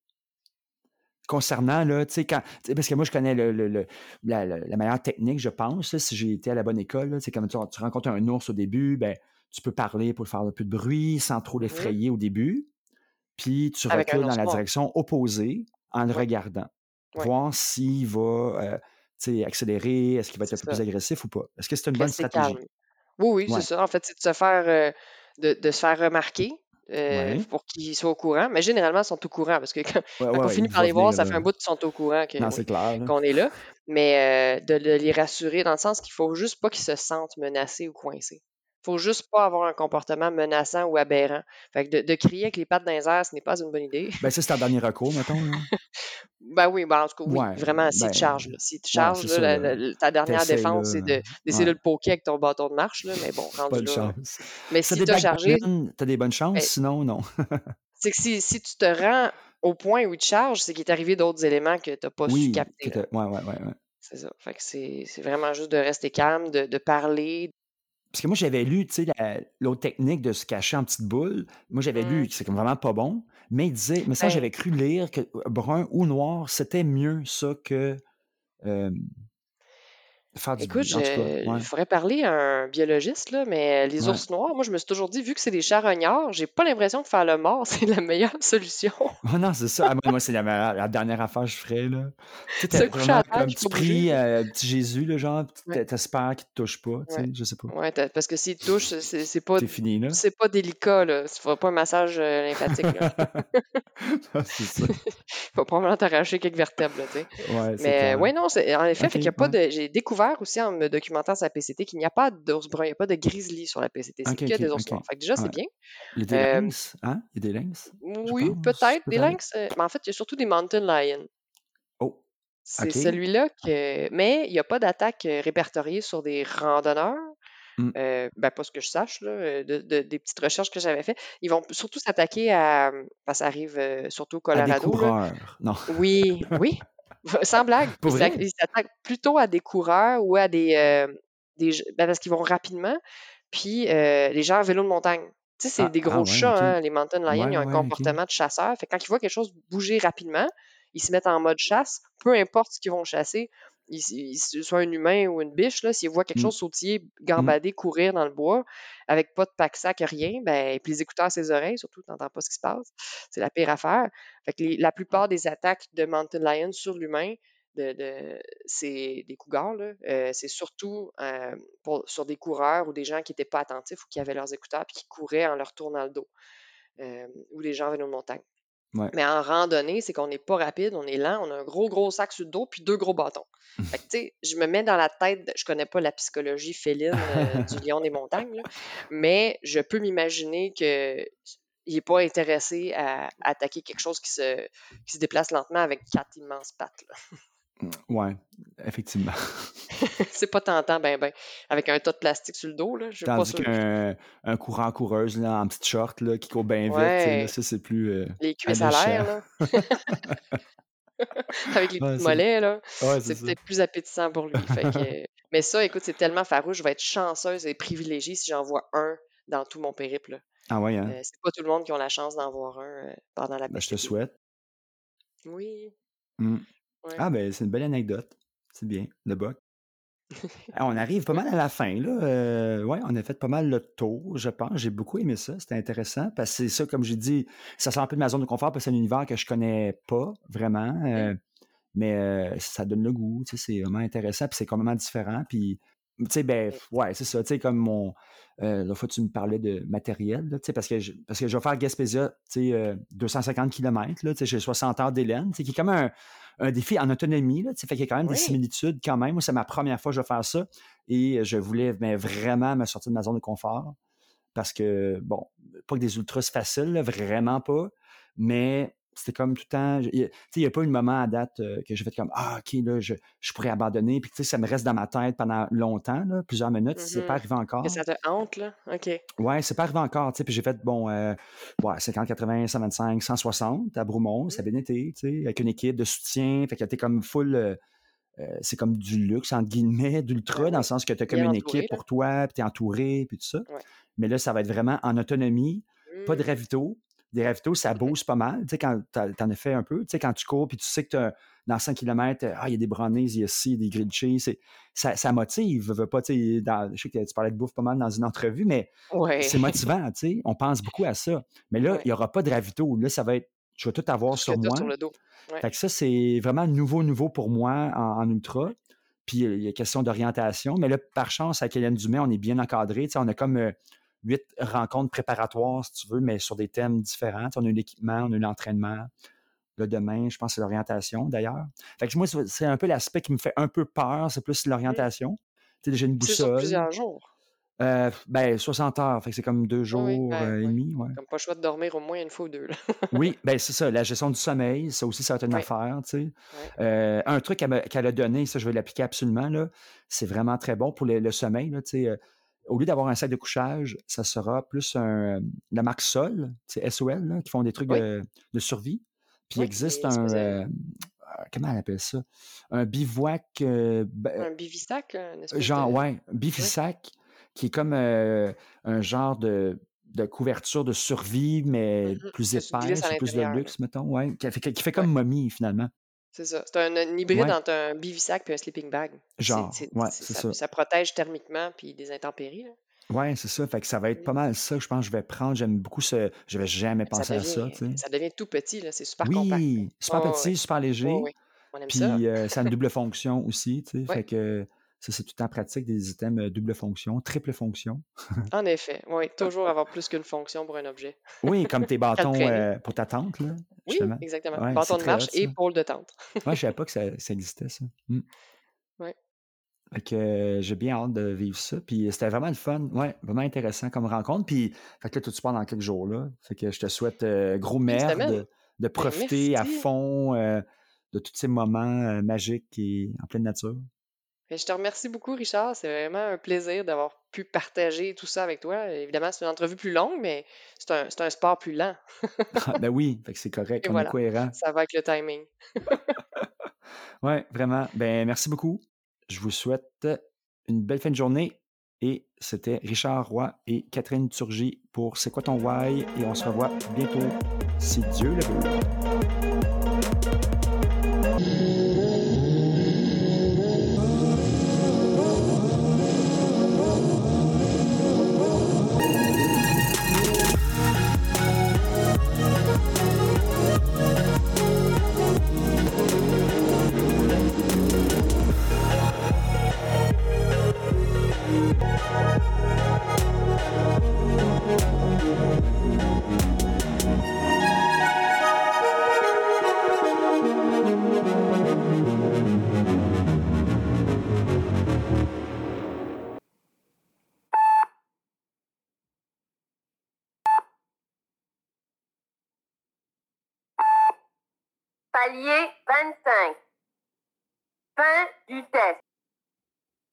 Concernant, là, tu sais, parce que moi, je connais la meilleure technique, je pense, là, si j'ai été à la bonne école, là, c'est comme tu rencontres un ours au début, ben, tu peux parler pour faire un peu de bruit sans trop Mhm. l'effrayer au début, puis tu Avec un recules dans ours la noir. direction opposée en le Oui, regardant, oui, voir s'il va tu sais, accélérer, est-ce qu'il va être c'est un peu plus ça. agressif ou pas. Est-ce que c'est une bonne Rester calme. stratégie? Oui, oui, c'est Ouais, ça. En fait, c'est de se faire, de se faire remarquer ouais, pour qu'ils soient au courant. Mais généralement, ils sont au courant parce que quand, ouais, quand ouais, on ouais, finit il par va les voir, venir, ça là. fait un bout qu'ils sont au courant que, Non, oui, c'est clair, là. qu'on est là. Mais de les rassurer dans le sens qu'il faut juste pas qu'ils se sentent menacés ou coincés. Faut juste pas avoir un comportement menaçant ou aberrant. Fait que de crier avec les pattes dans les airs, ce n'est pas une bonne idée. Ben, ça, c'est un dernier recours, mettons, là. Ben oui, ben en tout cas, oui, Ouais, vraiment, s'il te ben, charge, là. S'il te ouais, charge, c'est là, ça, là. ta dernière T'essayes, défense, c'est là. d'essayer de Ouais. le poker avec ton bâton de marche, là, mais bon, rendu Bonne là. chance. Mais Si t'as si des t'as chargé, backgammon, t'as des bonnes chances, ben, sinon, non. c'est que si tu te rends au point où il te charge, c'est qu'il est arrivé d'autres éléments que t'as pas su Oui, capter, là. ouais, ouais, ouais, ouais. C'est ça. Fait que c'est vraiment juste de rester calme, de parler. Parce que moi, j'avais lu, tu sais, l'autre technique de se cacher en petite boule. Moi, j'avais lu Mmh. que c'est comme vraiment pas bon, mais il disait, mais ça, Ben, j'avais cru lire que brun ou noir, c'était mieux ça que euh, faire écoute, en tout cas, il ouais, faudrait parler à un biologiste, là, mais les ouais. ours noirs, moi, je me suis toujours dit, vu que c'est des charognards, j'ai pas l'impression que faire le mort, c'est la meilleure solution. Oh non, c'est ça. Ah, moi, c'est la dernière affaire que je ferais, là. Tu sais, Se t'as coucher à vraiment terre comme, puis tu pas bouger, pries là. petit Jésus, là, genre, puis Ouais, t'espères qu'il te touche pas, tu ouais. sais, je sais pas. Ouais, parce que s'il te touche, C'est fini, là. c'est pas délicat, là. Tu feras pas un massage lymphatique, là. Ah, c'est ça. va probablement t'arracher quelques vertèbres, là, tu sais. Ouais, c'est Mais clair. ouais, non, en effet, OK, fait qu'il y a pas ouais. de. J'ai découvert aussi en me documentant sur la PCT qu'il n'y a pas d'ours brun, il n'y a pas de grizzly sur la PCT, c'est OK, que OK, des ours OK. noirs. Fait que déjà, c'est Ouais. bien. Il y a des Euh, lynx, hein? Il y a des lynx, je oui, pense, peut-être des peut-être? lynx, mais en fait, il y a surtout des mountain lions. Oh, C'est OK. celui-là que. Mais il n'y a pas d'attaque répertoriée sur des randonneurs. Mmh. Ben, pas ce que je sache, là, des petites recherches que j'avais faites. Ils vont surtout s'attaquer à. Parce que ça arrive surtout au À des Colorado, là. coureurs. Non. Oui, oui, sans blague. Pour vrai? Ils s'attaquent plutôt à des coureurs ou à ben, parce qu'ils vont rapidement. Puis les gens en vélo de montagne. Tu sais, c'est des gros Ouais, chats, OK. hein, les mountain lions, Ouais, ils ont un ouais, OK. comportement de chasseur. Fait que quand ils voient quelque chose bouger rapidement, ils se mettent en mode chasse, peu importe ce qu'ils vont chasser, soit un humain ou une biche, là, s'ils voient quelque Mmh. chose sautiller, Mmh. gambader, courir dans le bois, avec pas de pack-sac, rien, ben, puis les écouteurs à ses oreilles, surtout, t'entends pas ce qui se passe. C'est la pire affaire. Fait que la plupart des attaques de mountain lion sur l'humain, c'est des cougars, là, c'est surtout sur des coureurs ou des gens qui n'étaient pas attentifs ou qui avaient leurs écouteurs puis qui couraient en leur tournant le dos, ou des gens en vélo de montagne. Ouais. Mais en randonnée, c'est qu'on n'est pas rapide, on est lent, on a un gros sac sur le dos puis 2 gros bâtons. Fait que, tu sais, je me mets dans la tête, je connais pas la psychologie féline du lion des montagnes, là, mais je peux m'imaginer que il est pas intéressé à attaquer quelque chose qui se déplace lentement avec 4 immenses pattes, là. Ouais, effectivement. C'est pas tentant, ben, avec un tas de plastique sur le dos, là, je suis pas Tandis sûre. qu'un coureur-coureuse là, en petite short là, qui court bien vite, tu sais, là, Ouais, ça, c'est plus les cuisses à alléchant. l'air, là, avec les Ouais, petits mollets, là, c'est c'est ça. peut-être plus appétissant pour lui. Fait que, mais ça, écoute, c'est tellement farouche, je vais être chanceuse et privilégiée si j'en vois un dans tout mon périple, là. Ah ouais, hein? C'est pas tout le monde qui a la chance d'en voir un pendant la Ben, je te PCT. souhaite. Oui, Mmh. ouais. Ah ben, c'est une belle anecdote. C'est bien, le boc. Ah, on arrive pas mal à la fin, là. Ouais, on a fait pas mal le tour, je pense. J'ai beaucoup aimé ça. C'était intéressant parce que c'est ça, comme j'ai dit, ça sort un peu de ma zone de confort parce que c'est un univers que je connais pas vraiment. Mmh. Mais ça donne le goût, tu sais, c'est vraiment intéressant, puis c'est complètement différent. Puis, tu sais, ben, Mmh. ouais, c'est ça. Tu sais, comme l'autre fois, tu me parlais de matériel, là, tu sais, parce que je vais faire Gaspésia, tu sais, 250 km, là, tu sais, j'ai 60 heures d'Hélène, tu sais, qui est comme un défi en autonomie, là, tu sais, fait qu'il y a quand même des Oui. similitudes quand même. Moi, c'est ma première fois que je vais faire ça et je voulais vraiment me sortir de ma zone de confort parce que, bon, pas que des ultras c'est facile, là, vraiment pas, mais c'était comme tout le temps. Tu sais, il n'y a pas eu de moment à date que j'ai fait comme ah, OK, là, je pourrais abandonner. Puis, tu sais, ça me reste dans ma tête pendant longtemps, là, plusieurs minutes. C'est pas Mmh. arrivé Que encore. ça te hante, là? OK. Ouais, c'est pas arrivé encore. Tu sais, puis j'ai fait, bon, ouais, 50, 80, 125, 160 à Bromont. Ça a Mmh. bien été, tu sais, avec une équipe de soutien. Fait qu'elle était comme full. C'est comme du luxe, entre guillemets, Ben d'ultra, dans le oui, sens que tu as comme bien une entouré, équipe là. pour toi, puis tu es entouré, puis tout ça. Ouais. Mais là, ça va être vraiment en autonomie, pas de Mmh. ravito. Des ravitaux, ça booste pas mal. Tu sais, quand tu en as fait un peu, tu sais, quand tu cours, puis tu sais que dans 100 km, il y a des brownies, il y a ci, des grilled cheese. Ça motive, veux pas, tu sais, je sais que tu parlais de bouffe pas mal dans une entrevue, mais Ouais. c'est motivant, tu sais. On pense beaucoup à ça. Mais là, Ouais. il n'y aura pas de ravito. Là, ça va être, je vais tout Tout avoir ce que sur tu as moi. sur le dos. Ouais. Fait que ça, c'est vraiment nouveau pour moi en ultra. Puis il y a question d'orientation. Mais là, par chance, avec Hélène Dumais, on est bien encadré. Tu sais, on a comme 8 rencontres préparatoires, si tu veux, mais sur des thèmes différents. Tu sais, on a eu l'équipement, on a eu l'entraînement. Là, demain, je pense que c'est l'orientation, d'ailleurs. Fait que moi, c'est un peu l'aspect qui me fait un peu peur. C'est plus Mmh. l'orientation. Tu sais, j'ai une Puis c'est sur boussole. plusieurs jours. Ben, 60 heures. Fait que c'est comme 2 Oui, oui, jours ben, et ouais. demi, ouais. Comme pas le choix de dormir au moins une fois ou 2, là. Oui, ben c'est ça, la gestion du sommeil, ça aussi, ça va être une Ouais, affaire, tu sais. ouais. Un truc qu'elle a donné, ça, je vais l'appliquer absolument, là, c'est vraiment très bon pour le sommeil, là, tu sais. Au lieu d'avoir un sac de couchage, ça sera plus la marque Sol, c'est SOL, là, qui font des trucs Oui, de survie. Puis il oui, existe il se faisait comment elle appelle ça? Un bivouac, un bivisac, là, une espèce genre, de ouais, ouais. bifisac, qui est comme un genre de couverture de survie, mais Mmh. plus Que tu te glisses à épaisse ou plus de l'intérieur, là. luxe, mettons, ouais, qui fait Ouais, comme momie, finalement. c'est ça. C'est un hybride Ouais, entre un bivisac puis un sleeping bag. genre, ouais, c'est Ça ça. ça protège thermiquement puis des intempéries, là. Ouais, c'est ça. Fait que ça va être Mmh. pas mal ça que je pense que je vais prendre. J'aime beaucoup ce. J'avais jamais Ça pensé à ça, devient tu sais. ça devient tout petit, là, c'est super compact, là. Oui, super Ouais, ouais, ouais. petit, super Ouais, léger. ouais. On aime ça. Puis ça a une double fonction aussi, tu sais. Ouais. Fait que Ça, c'est tout le temps pratique, des items double fonction, triple fonction. En effet, oui, toujours avoir plus qu'une fonction pour un objet. Oui, comme tes À le bâtons traîner. pour ta tente, là, Oui, justement. exactement. Ouais, c'est Bâton de très hot, marche et ça. pôle de tente. Ouais, je savais pas que ça existait, ça. Ouais. Fait que j'ai bien hâte de vivre ça. Puis c'était vraiment le fun. Ouais, vraiment intéressant comme rencontre. Puis, fait que là, toi, tu pars dans quelques jours, là. Fait que je te souhaite gros Une semaine. merde de Ben, profiter à merci. fond de tous ces moments magiques et en pleine nature. Ben, je te remercie beaucoup, Richard. C'est vraiment un plaisir d'avoir pu partager tout ça avec toi. Évidemment, c'est une entrevue plus longue, mais c'est un sport plus lent. Ben oui, fait que c'est correct, Et on est voilà, cohérent. ça va avec le timing. Ouais, vraiment. Ben merci beaucoup. Je vous souhaite une belle fin de journée. Et c'était Richard Roy et Catherine Turgy pour C'est quoi ton why? Et on se revoit bientôt, si Dieu le veut. Palier 25. Fin du test.